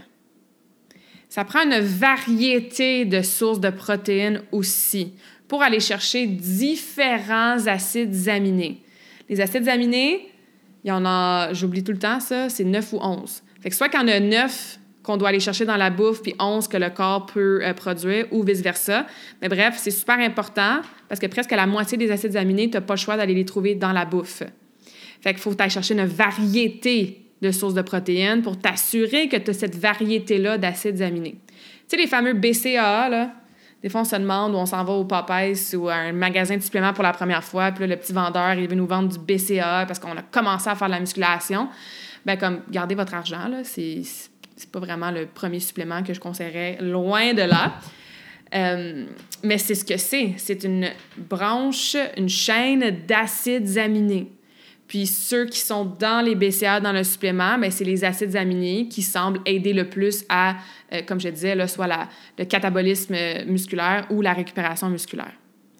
Ça prend une variété de sources de protéines aussi pour aller chercher différents acides aminés. Les acides aminés, il y en a, j'oublie tout le temps ça, c'est neuf ou onze. Fait que soit qu'il y en a neuf qu'on doit aller chercher dans la bouffe, puis onze que le corps peut euh, produire, ou vice-versa. Mais bref, c'est super important parce que presque la moitié des acides aminés, tu n'as pas le choix d'aller les trouver dans la bouffe. Fait qu'il faut aller chercher une variété de sources de protéines pour t'assurer que tu as cette variété-là d'acides aminés. Tu sais, les fameux B C A A, là, des fois, on se demande où on s'en va au Popeyes ou à un magasin de suppléments pour la première fois, puis là, le petit vendeur, il veut nous vendre du B C A A parce qu'on a commencé à faire de la musculation. Bien, comme, gardez votre argent, là, c'est... C'est pas vraiment le premier supplément que je conseillerais, loin de là. Euh, mais c'est ce que c'est. C'est une branche, une chaîne d'acides aminés. Puis ceux qui sont dans les B C A A, dans le supplément, bien, c'est les acides aminés qui semblent aider le plus à, euh, comme je disais, là, soit la, le catabolisme musculaire ou la récupération musculaire.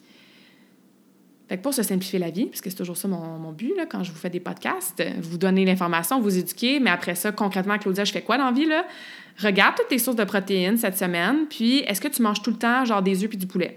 Fait que pour se simplifier la vie, parce que c'est toujours ça mon, mon but là, quand je vous fais des podcasts, vous donner l'information, vous éduquer, mais après ça, concrètement, Claudia, je fais quoi dans la vie, là? Regarde toutes tes sources de protéines cette semaine, puis est-ce que tu manges tout le temps, genre des œufs puis du poulet?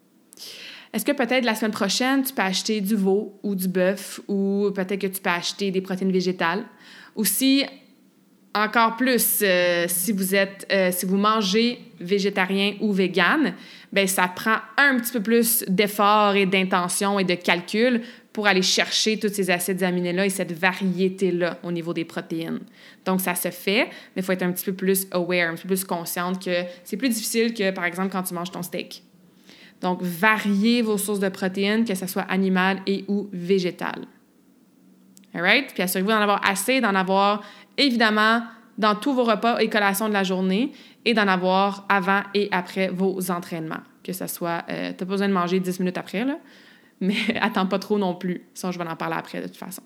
Est-ce que peut-être la semaine prochaine, tu peux acheter du veau ou du bœuf, ou peut-être que tu peux acheter des protéines végétales? Ou si, encore plus, euh, si vous êtes, euh, si vous mangez végétarien ou vegan, bien, ça prend un petit peu plus d'effort et d'intention et de calcul pour aller chercher tous ces acides aminés-là et cette variété-là au niveau des protéines. Donc, ça se fait, mais il faut être un petit peu plus aware, un petit peu plus consciente que c'est plus difficile que, par exemple, quand tu manges ton steak. Donc, variez vos sources de protéines, que ce soit animales et ou végétales. All right? Puis assurez-vous d'en avoir assez, d'en avoir, évidemment, dans tous vos repas et collations de la journée et d'en avoir avant et après vos entraînements. Que ce soit, euh, tu n'as pas besoin de manger dix minutes après, là, mais attends pas trop non plus. Ça, je vais en parler après de toute façon.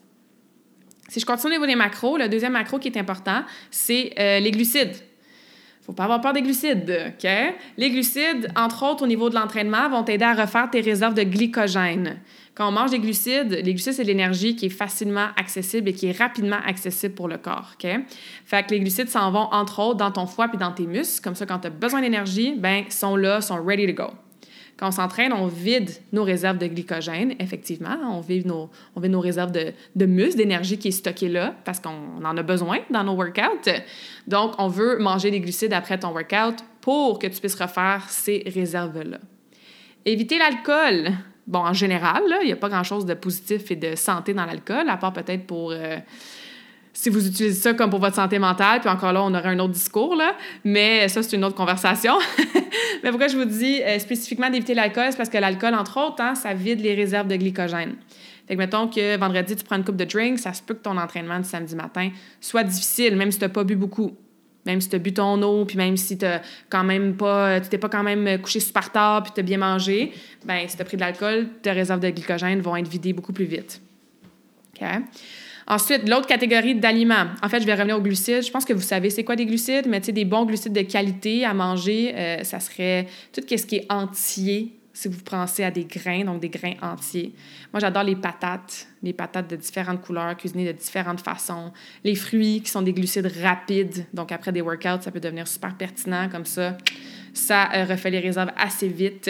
Si je continue au niveau des macros, le deuxième macro qui est important, c'est euh, les glucides. Il ne faut pas avoir peur des glucides, OK? Les glucides, entre autres, au niveau de l'entraînement, vont t'aider à refaire tes réserves de glycogène. Quand on mange des glucides, les glucides, c'est de l'énergie qui est facilement accessible et qui est rapidement accessible pour le corps, OK? Fait que les glucides s'en vont, entre autres, dans ton foie puis dans tes muscles. Comme ça, quand tu as besoin d'énergie, ben, ils sont là, sont ready to go. Quand on s'entraîne, on vide nos réserves de glycogène, effectivement. On vide nos, on vide nos réserves de, de muscle, d'énergie qui est stockée là parce qu'on en a besoin dans nos workouts. Donc, on veut manger des glucides après ton workout pour que tu puisses refaire ces réserves-là. Éviter l'alcool. Bon, en général, il n'y a pas grand-chose de positif et de santé dans l'alcool, à part peut-être pour... Euh, si vous utilisez ça comme pour votre santé mentale, puis encore là, on aurait un autre discours, là. Mais ça, c'est une autre conversation. Mais pourquoi je vous dis euh, spécifiquement d'éviter l'alcool? C'est parce que l'alcool, entre autres, hein, ça vide les réserves de glycogène. Fait que mettons que vendredi, tu prends une coupe de drink, ça se peut que ton entraînement du samedi matin soit difficile, même si tu n'as pas bu beaucoup. Même si tu as bu ton eau, puis même si tu quand même pas, tu t'es pas quand même couché super tard, puis tu as bien mangé, bien, si tu as pris de l'alcool, tes réserves de glycogène vont être vidées beaucoup plus vite. OK? Ensuite, l'autre catégorie d'aliments. En fait, je vais revenir aux glucides. Je pense que vous savez c'est quoi des glucides, mais tu sais, des bons glucides de qualité à manger, euh, ça serait tout ce qui est entier, si vous pensez à des grains, donc des grains entiers. Moi, j'adore les patates, les patates de différentes couleurs, cuisinées de différentes façons. Les fruits, qui sont des glucides rapides, donc après des workouts, ça peut devenir super pertinent comme ça. Ça euh, refait les réserves assez vite.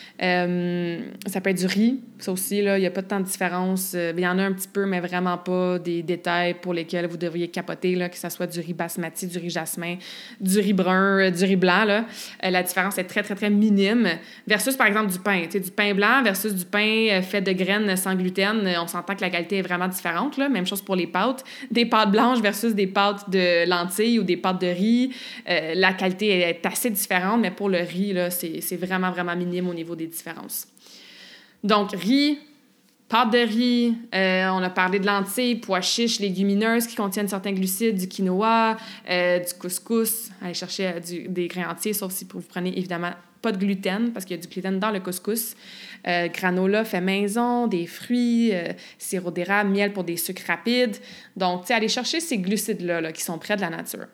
Euh, ça peut être du riz, ça aussi, là, il n'y a pas tant de différence. Euh, il y en a un petit peu, mais vraiment pas des détails pour lesquels vous devriez capoter, là, que ce soit du riz basmati, du riz jasmin, du riz brun, euh, du riz blanc. Là. Euh, la différence est très, très, très minime versus, par exemple, du pain. Tu sais, du pain blanc versus du pain euh, fait de graines sans gluten. On s'entend que la qualité est vraiment différente. Là. Même chose pour les pâtes. Des pâtes blanches versus des pâtes de lentilles ou des pâtes de riz. Euh, la qualité est assez différente, mais pour le riz, là, c'est, c'est vraiment, vraiment minime au niveau des différences. Donc, riz, pâte de riz, euh, on a parlé de lentilles, pois chiches, légumineuses qui contiennent certains glucides, du quinoa, euh, du couscous. Allez chercher euh, du, des grains entiers, sauf si vous prenez évidemment pas de gluten, parce qu'il y a du gluten dans le couscous. Euh, granola fait maison, des fruits, euh, sirop d'érable, miel pour des sucres rapides. Donc, tu sais, allez chercher ces glucides-là là, qui sont près de la nature.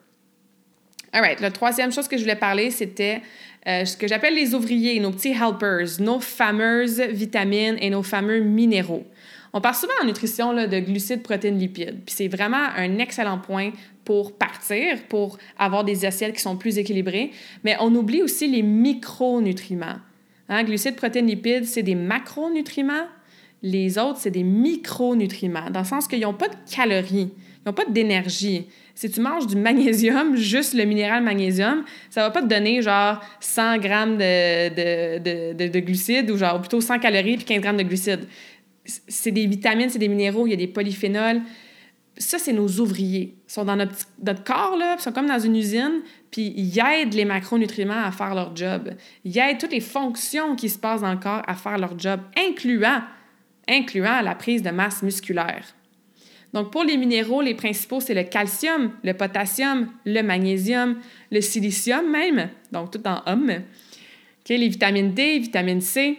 All right. La troisième chose que je voulais parler, c'était euh, ce que j'appelle les ouvriers, nos petits helpers, nos fameuses vitamines et nos fameux minéraux. On parle souvent en nutrition là, de glucides, protéines, lipides. Puis c'est vraiment un excellent point pour partir, pour avoir des assiettes qui sont plus équilibrées. Mais on oublie aussi les micronutriments. Hein? Glucides, protéines, lipides, c'est des macronutriments. Les autres, c'est des micronutriments, dans le sens qu'ils n'ont pas de calories, ils n'ont pas d'énergie. Si tu manges du magnésium, juste le minéral magnésium, ça va pas te donner genre cent grammes de, de, de, de, de glucides ou genre plutôt cent calories puis quinze grammes de glucides. C'est des vitamines, c'est des minéraux, il y a des polyphénols. Ça, c'est nos ouvriers. Ils sont dans notre, notre corps, là, ils sont comme dans une usine, puis ils aident les macronutriments à faire leur job. Ils aident toutes les fonctions qui se passent dans le corps à faire leur job, incluant, incluant la prise de masse musculaire. Donc, pour les minéraux, les principaux, c'est le calcium, le potassium, le magnésium, le silicium même, donc tout en homme. Okay, les vitamines D, vitamine C,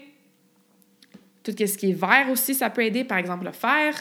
tout ce qui est vert aussi, ça peut aider, par exemple le fer,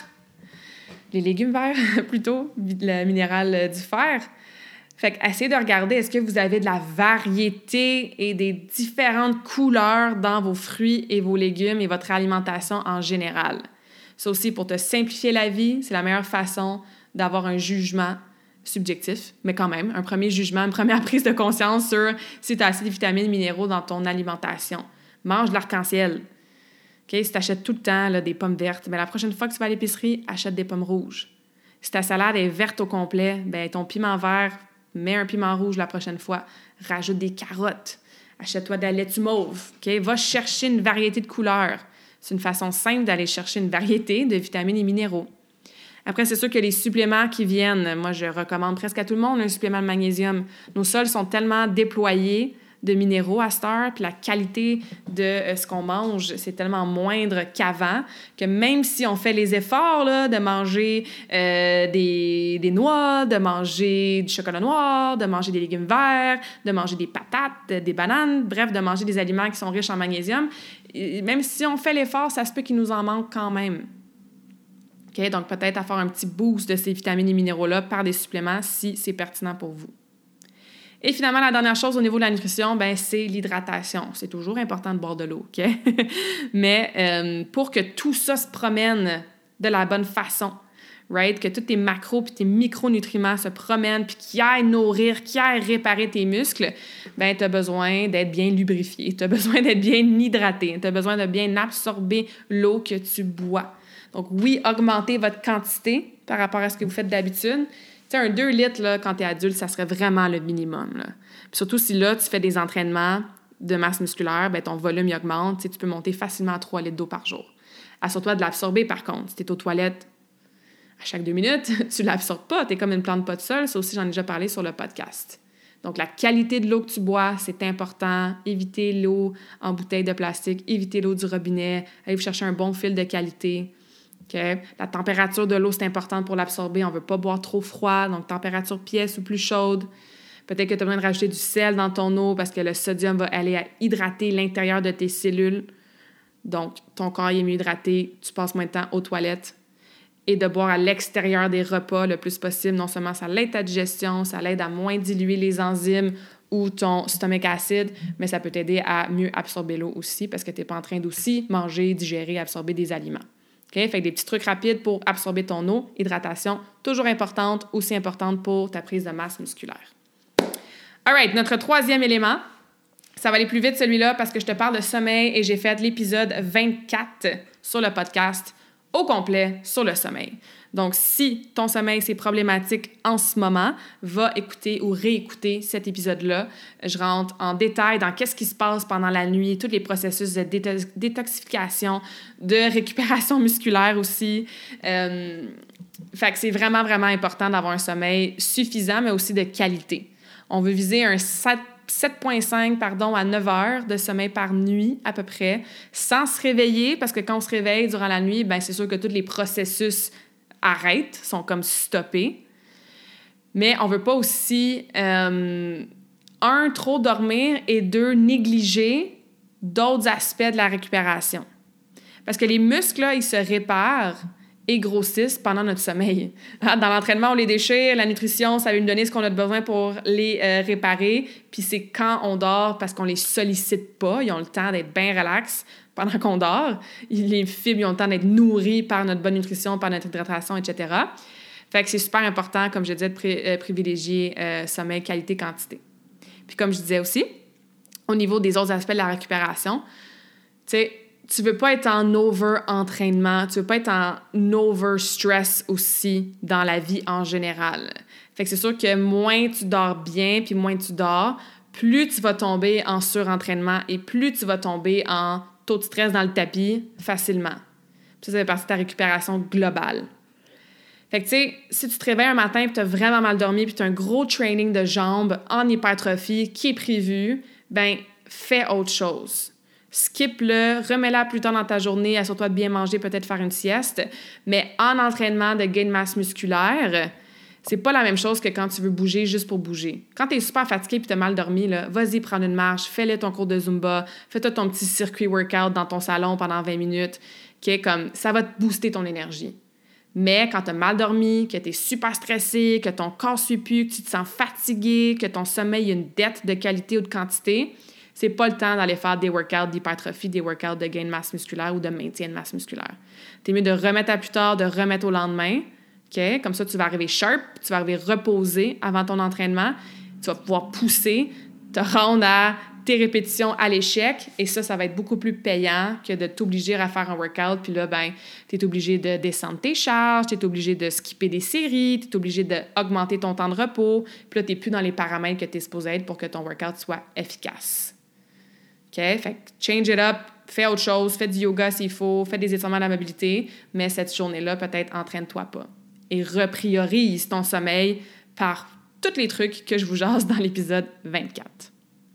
les légumes verts plutôt, le minéral du fer. Fait que essayez de regarder, est-ce que vous avez de la variété et des différentes couleurs dans vos fruits et vos légumes et votre alimentation en général. Ça aussi, pour te simplifier la vie, c'est la meilleure façon d'avoir un jugement subjectif, mais quand même, un premier jugement, une première prise de conscience sur si tu as assez de vitamines et minéraux dans ton alimentation. Mange de l'arc-en-ciel. Okay? Si tu achètes tout le temps là, des pommes vertes, bien, la prochaine fois que tu vas à l'épicerie, achète des pommes rouges. Si ta salade est verte au complet, bien, ton piment vert, mets un piment rouge la prochaine fois. Rajoute des carottes. Achète-toi de la laitue mauve. Okay? Va chercher une variété de couleurs. C'est une façon simple d'aller chercher une variété de vitamines et minéraux. Après, c'est sûr que les suppléments qui viennent, moi, je recommande presque à tout le monde un supplément de magnésium. Nos sols sont tellement déployés de minéraux à cette heure, puis la qualité de euh, ce qu'on mange, c'est tellement moindre qu'avant, que même si on fait les efforts là, de manger euh, des, des noix, de manger du chocolat noir, de manger des légumes verts, de manger des patates, des bananes, bref, de manger des aliments qui sont riches en magnésium, et même si on fait l'effort, ça se peut qu'il nous en manque quand même. Okay? Donc, peut-être à faire un petit boost de ces vitamines et minéraux-là par des suppléments si c'est pertinent pour vous. Et finalement, la dernière chose au niveau de la nutrition, ben, c'est l'hydratation. C'est toujours important de boire de l'eau, OK? Mais euh, pour que tout ça se promène de la bonne façon, right? Que tous tes macros puis tes micronutriments se promènent puis qu'ils aillent nourrir, qu'ils aillent réparer tes muscles, ben tu as besoin d'être bien lubrifié, tu as besoin d'être bien hydraté, tu as besoin de bien absorber l'eau que tu bois. Donc oui, augmentez votre quantité par rapport à ce que vous faites d'habitude. Tu sais, un deux litres, là, quand tu es adulte, ça serait vraiment le minimum, là. Puis surtout si là, tu fais des entraînements de masse musculaire, ben ton volume il augmente. Tu sais, tu peux monter facilement à trois litres d'eau par jour. Assure-toi de l'absorber, par contre. Si tu es aux toilettes à chaque deux minutes, tu ne l'absorbes pas. Tu es comme une plante pas de sol. Ça aussi, j'en ai déjà parlé sur le podcast. Donc, la qualité de l'eau que tu bois, c'est important. Évitez l'eau en bouteille de plastique. Évitez l'eau du robinet. Allez vous chercher un bon fil de qualité. Okay? La température de l'eau, c'est important pour l'absorber. On ne veut pas boire trop froid. Donc, température pièce ou plus chaude. Peut-être que tu as besoin de rajouter du sel dans ton eau parce que le sodium va aller à hydrater l'intérieur de tes cellules. Donc, ton corps est mieux hydraté, tu passes moins de temps aux toilettes. Et de boire à l'extérieur des repas le plus possible, non seulement ça l'aide ta digestion, ça l'aide à moins diluer les enzymes ou ton stomach acid, mais ça peut t'aider à mieux absorber l'eau aussi parce que tu n'es pas en train d'aussi manger, digérer, absorber des aliments. Okay? Fait que des petits trucs rapides pour absorber ton eau, hydratation, toujours importante, aussi importante pour ta prise de masse musculaire. All right, notre troisième élément, ça va aller plus vite celui-là parce que je te parle de sommeil et j'ai fait l'épisode vingt-quatre sur le podcast au complet sur le sommeil. Donc, si ton sommeil, c'est problématique en ce moment, va écouter ou réécouter cet épisode-là. Je rentre en détail dans qu'est-ce qui se passe pendant la nuit, tous les processus de déto- détoxification, de récupération musculaire aussi. Euh, fait que c'est vraiment, vraiment important d'avoir un sommeil suffisant, mais aussi de qualité. On veut viser un sept virgule cinq pardon, à neuf heures de sommeil par nuit à peu près, sans se réveiller, parce que quand on se réveille durant la nuit, ben c'est sûr que tous les processus arrêtent, sont comme stoppés. Mais on veut pas aussi, euh, un, trop dormir et deux, négliger d'autres aspects de la récupération. Parce que les muscles, là, ils se réparent et grossissent pendant notre sommeil. Dans l'entraînement, on les déchire, la nutrition, ça va nous donner ce qu'on a besoin pour les euh, réparer, puis c'est quand on dort, parce qu'on les sollicite pas, ils ont le temps d'être bien relax pendant qu'on dort, les fibres ils ont le temps d'être nourries par notre bonne nutrition, par notre hydratation, et cetera. Fait que c'est super important, comme je disais, de pri- euh, privilégier euh, sommeil, qualité, quantité. Puis comme je disais aussi, au niveau des autres aspects de la récupération, tu sais, tu veux pas être en over-entraînement, tu veux pas être en over-stress aussi dans la vie en général. Fait que c'est sûr que moins tu dors bien, puis moins tu dors, plus tu vas tomber en surentraînement et plus tu vas tomber en taux de stress dans le tapis facilement. Puis ça, ça fait partie de ta récupération globale. Fait que, tu sais, si tu te réveilles un matin et tu as vraiment mal dormi puis tu as un gros training de jambes en hypertrophie qui est prévu, ben fais autre chose. Skip-le, remets-la plus tard dans ta journée, assure-toi de bien manger, peut-être faire une sieste. Mais en entraînement de gain de masse musculaire, c'est pas la même chose que quand tu veux bouger juste pour bouger. Quand tu es super fatigué et tu as mal dormi, là, vas-y prendre une marche, fais-le ton cours de Zumba, fais-toi ton petit circuit workout dans ton salon pendant vingt minutes. Okay? Comme, ça va te booster ton énergie. Mais quand tu as mal dormi, que tu es super stressé, que ton corps ne suit plus, que tu te sens fatigué, que ton sommeil a une dette de qualité ou de quantité, c'est pas le temps d'aller faire des workouts d'hypertrophie, des workouts de gain de masse musculaire ou de maintien de masse musculaire. T'es mieux de remettre à plus tard, de remettre au lendemain. Okay? Comme ça, tu vas arriver sharp, tu vas arriver reposé avant ton entraînement. Tu vas pouvoir pousser, te rendre à tes répétitions à l'échec. Et ça, ça va être beaucoup plus payant que de t'obliger à faire un workout. Puis là, ben, tu es obligé de descendre tes charges, tu es obligé de skipper des séries, tu es obligé d'augmenter ton temps de repos. Puis là, tu n'es plus dans les paramètres que tu es supposé être pour que ton workout soit efficace. OK? Fait que change it up, fais autre chose, fais du yoga s'il faut, fais des étirements de la mobilité, mais cette journée-là, peut-être, entraîne-toi pas. Et repriorise ton sommeil par tous les trucs que je vous jase dans l'épisode vingt-quatre.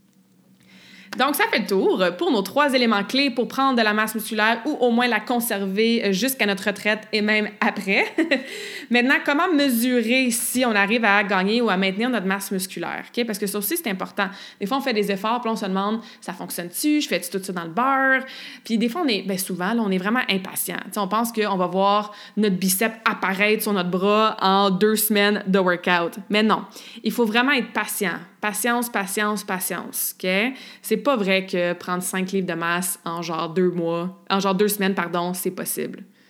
Donc, ça fait le tour pour nos trois éléments clés pour prendre de la masse musculaire ou au moins la conserver jusqu'à notre retraite et même après. Maintenant, comment mesurer si on arrive à gagner ou à maintenir notre masse musculaire? Okay? Parce que ça aussi, c'est important. Des fois, on fait des efforts, puis on se demande, ça fonctionne-tu? Je fais-tu tout ça dans le beurre? Puis des fois, on est, bien souvent, là, on est vraiment impatient. T'sais, on pense qu'on va voir notre biceps apparaître sur notre bras en deux semaines de workout. Mais non, il faut vraiment être patient. Patience, patience, patience, OK? C'est pas vrai que prendre cinq livres de masse en genre deux mois, en genre deux semaines, pardon, c'est possible.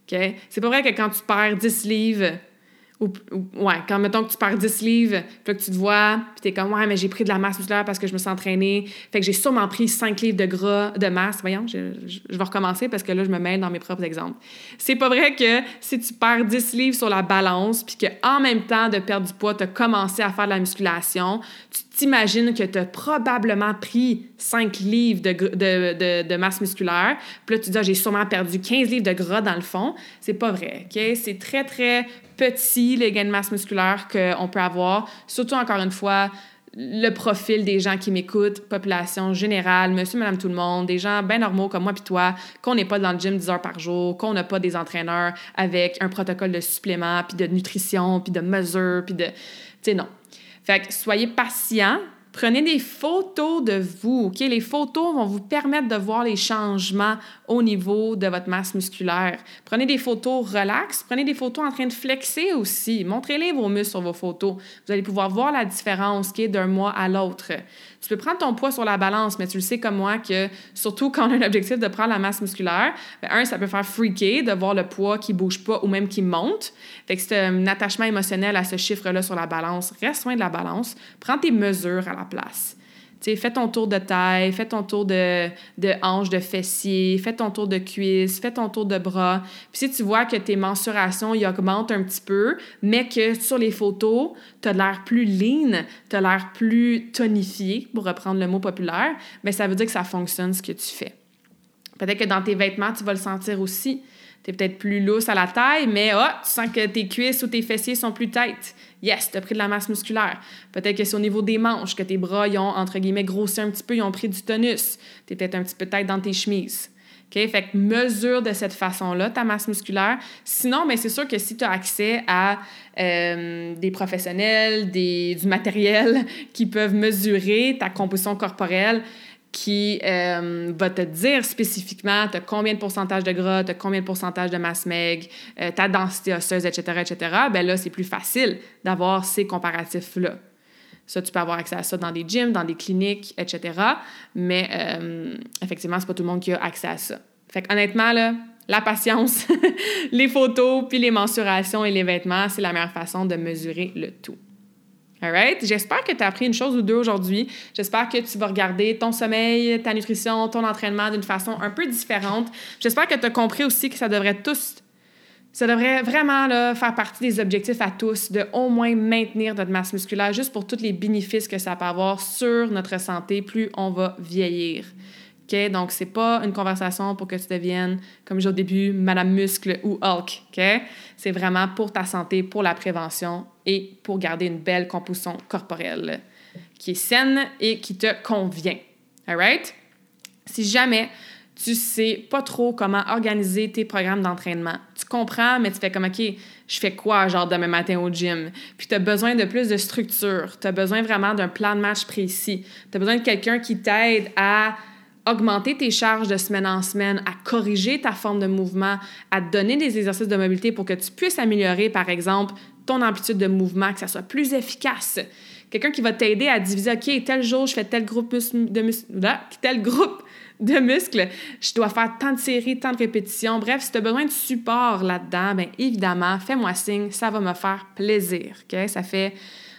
OK? C'est pas vrai que quand tu perds dix livres, ou, ou ouais, quand mettons que tu perds dix livres, puis là que tu te vois, puis t'es comme, ouais, mais j'ai pris de la masse musculaire parce que je me suis entraînée, fait que j'ai sûrement pris cinq livres de gras, de masse. Voyons, je, je, je vais recommencer parce que là, je me mêle dans mes propres exemples. C'est pas vrai que si tu perds dix livres sur la balance, puis qu'en même temps de perdre du poids, t'as commencé à faire de la musculation, tu t'imagines que t'as probablement pris cinq livres de, de, de, de masse musculaire, puis là, tu dis, ah, j'ai sûrement perdu quinze livres de gras dans le fond. C'est pas vrai, OK? C'est très, très petit, les gains de masse musculaire qu'on peut avoir. Surtout, encore une fois, le profil des gens qui m'écoutent, population générale, monsieur, madame, tout le monde, des gens bien normaux comme moi puis toi, qu'on n'est pas dans le gym dix heures par jour, qu'on n'a pas des entraîneurs avec un protocole de suppléments, puis de nutrition, puis de mesures, puis de... Tu sais, non. Fait que soyez patients. Prenez des photos de vous, OK? Les photos vont vous permettre de voir les changements au niveau de votre masse musculaire. Prenez des photos relax, prenez des photos en train de flexer aussi. Montrez-les vos muscles sur vos photos. Vous allez pouvoir voir la différence, OK, d'un mois à l'autre. Tu peux prendre ton poids sur la balance, mais tu le sais comme moi que, surtout quand on a un objectif de prendre la masse musculaire, bien, un, ça peut faire freaker de voir le poids qui ne bouge pas ou même qui monte. Fait que c'est un attachement émotionnel à ce chiffre-là sur la balance. Reste loin de la balance. Prends tes mesures à la place. Tu sais, fais ton tour de taille, fais ton tour de, de hanche, de fessier, fais ton tour de cuisse, fais ton tour de bras. Puis si tu vois que tes mensurations, ils augmentent un petit peu, mais que sur les photos, tu as l'air plus lean, tu as l'air plus tonifié, pour reprendre le mot populaire, bien, ça veut dire que ça fonctionne ce que tu fais. Peut-être que dans tes vêtements, tu vas le sentir aussi. Tu es peut-être plus lousse à la taille, mais oh, tu sens que tes cuisses ou tes fessiers sont plus tight. Yes, tu as pris de la masse musculaire. Peut-être que c'est au niveau des manches, que tes bras, ils ont, entre guillemets, grossi un petit peu, ils ont pris du tonus. Tu es peut-être un petit peu tête dans tes chemises. OK? Fait que mesure de cette façon-là ta masse musculaire. Sinon, bien, c'est sûr que si tu as accès à euh, des professionnels, des, du matériel qui peuvent mesurer ta composition corporelle, qui euh, va te dire spécifiquement t'as combien de pourcentage de gras, t'as combien de pourcentage de masse maigre, euh, ta densité osseuse, et cetera, et cetera, bien là, c'est plus facile d'avoir ces comparatifs-là. Ça, tu peux avoir accès à ça dans des gyms, dans des cliniques, et cetera. Mais euh, effectivement, c'est pas tout le monde qui a accès à ça. Fait qu'honnêtement, là, la patience, les photos, puis les mensurations et les vêtements, c'est la meilleure façon de mesurer le tout. All right? J'espère que tu as appris une chose ou deux aujourd'hui. J'espère que tu vas regarder ton sommeil, ta nutrition, ton entraînement d'une façon un peu différente. J'espère que tu as compris aussi que ça devrait tous, ça devrait vraiment là, faire partie des objectifs à tous, de au moins maintenir notre masse musculaire, juste pour tous les bénéfices que ça peut avoir sur notre santé plus on va vieillir. OK? Donc, c'est pas une conversation pour que tu deviennes, comme j'ai au début, Madame Muscle ou Hulk. OK? C'est vraiment pour ta santé, pour la prévention et pour garder une belle composition corporelle qui est saine et qui te convient. All right? Si jamais tu sais pas trop comment organiser tes programmes d'entraînement, tu comprends, mais tu fais comme, OK, je fais quoi, genre, demain matin au gym? Puis tu as besoin de plus de structure. Tu as besoin vraiment d'un plan de match précis. Tu as besoin de quelqu'un qui t'aide à augmenter tes charges de semaine en semaine, à corriger ta forme de mouvement, à te donner des exercices de mobilité pour que tu puisses améliorer, par exemple, ton amplitude de mouvement, que ça soit plus efficace. Quelqu'un qui va t'aider à diviser, OK, tel jour, je fais tel groupe de muscles, tel groupe de muscles, je dois faire tant de séries, tant de répétitions. Bref, si tu as besoin de support là-dedans, bien évidemment, fais-moi signe, ça va me faire plaisir. OK? Ça fait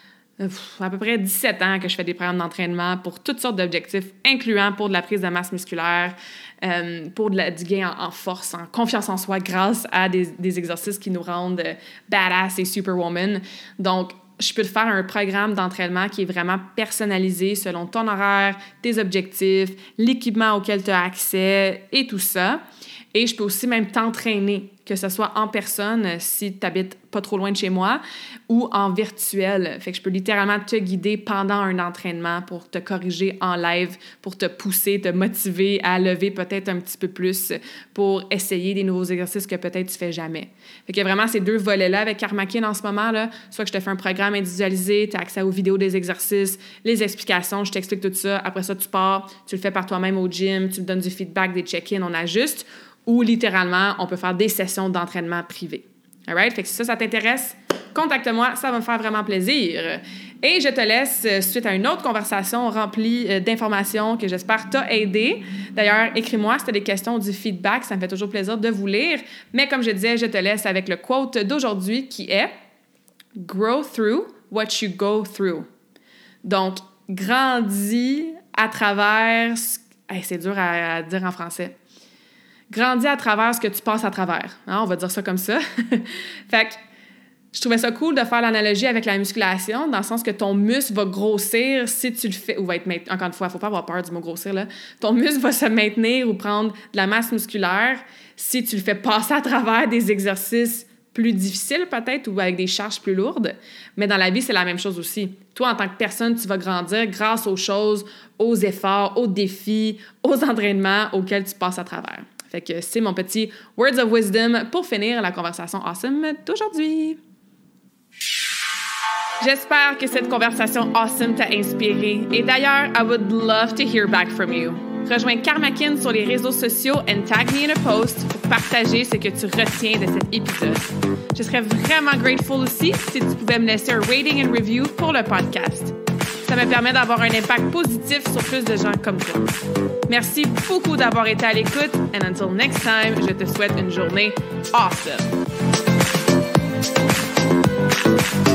à peu près dix-sept ans que je fais des programmes d'entraînement pour toutes sortes d'objectifs, incluant pour de la prise de masse musculaire, euh, pour de la, du gain en, en force, en confiance en soi, grâce à des, des exercices qui nous rendent euh, badass et superwoman. Donc, je peux te faire un programme d'entraînement qui est vraiment personnalisé selon ton horaire, tes objectifs, l'équipement auquel tu as accès et tout ça. Et je peux aussi même t'entraîner, que ce soit en personne, si tu habites pas trop loin de chez moi, ou en virtuel. Fait que je peux littéralement te guider pendant un entraînement pour te corriger en live, pour te pousser, te motiver à lever peut-être un petit peu plus, pour essayer des nouveaux exercices que peut-être tu fais jamais. Fait qu'il y a vraiment ces deux volets-là avec Karmakin en ce moment, là. Soit que je te fais un programme individualisé, tu as accès aux vidéos des exercices, les explications, je t'explique tout ça. Après ça, tu pars, tu le fais par toi-même au gym, tu me donnes du feedback, des check-ins, on ajuste. Ou littéralement, on peut faire des sessions d'entraînement privées. All right? Fait que si ça, ça t'intéresse, contacte-moi, ça va me faire vraiment plaisir. Et je te laisse suite à une autre conversation remplie d'informations que j'espère t'a aidé. D'ailleurs, écris-moi si tu as des questions ou du feedback, ça me fait toujours plaisir de vous lire. Mais comme je disais, je te laisse avec le quote d'aujourd'hui qui est « Grow through what you go through ». Donc, grandis à travers... Hey, c'est dur à, à dire en français. Grandis à travers ce que tu passes à travers. Hein, on va dire ça comme ça. Fait que je trouvais ça cool de faire l'analogie avec la musculation, dans le sens que ton muscle va grossir si tu le fais, ou va être maintenu. Encore une fois, il ne faut pas avoir peur du mot grossir, là. Ton muscle va se maintenir ou prendre de la masse musculaire si tu le fais passer à travers des exercices plus difficiles peut-être ou avec des charges plus lourdes. Mais dans la vie, c'est la même chose aussi. Toi, en tant que personne, tu vas grandir grâce aux choses, aux efforts, aux défis, aux entraînements auxquels tu passes à travers. Fait que c'est mon petit Words of Wisdom pour finir la conversation awesome d'aujourd'hui. J'espère que cette conversation awesome t'a inspiré. Et d'ailleurs, I would love to hear back from you. Rejoins Karmakin sur les réseaux sociaux and tag me in a post pour partager ce que tu retiens de cet épisode. Je serais vraiment grateful aussi si tu pouvais me laisser un rating and review pour le podcast. Ça me permet d'avoir un impact positif sur plus de gens comme toi. Merci beaucoup d'avoir été à l'écoute and until next time, je te souhaite une journée awesome.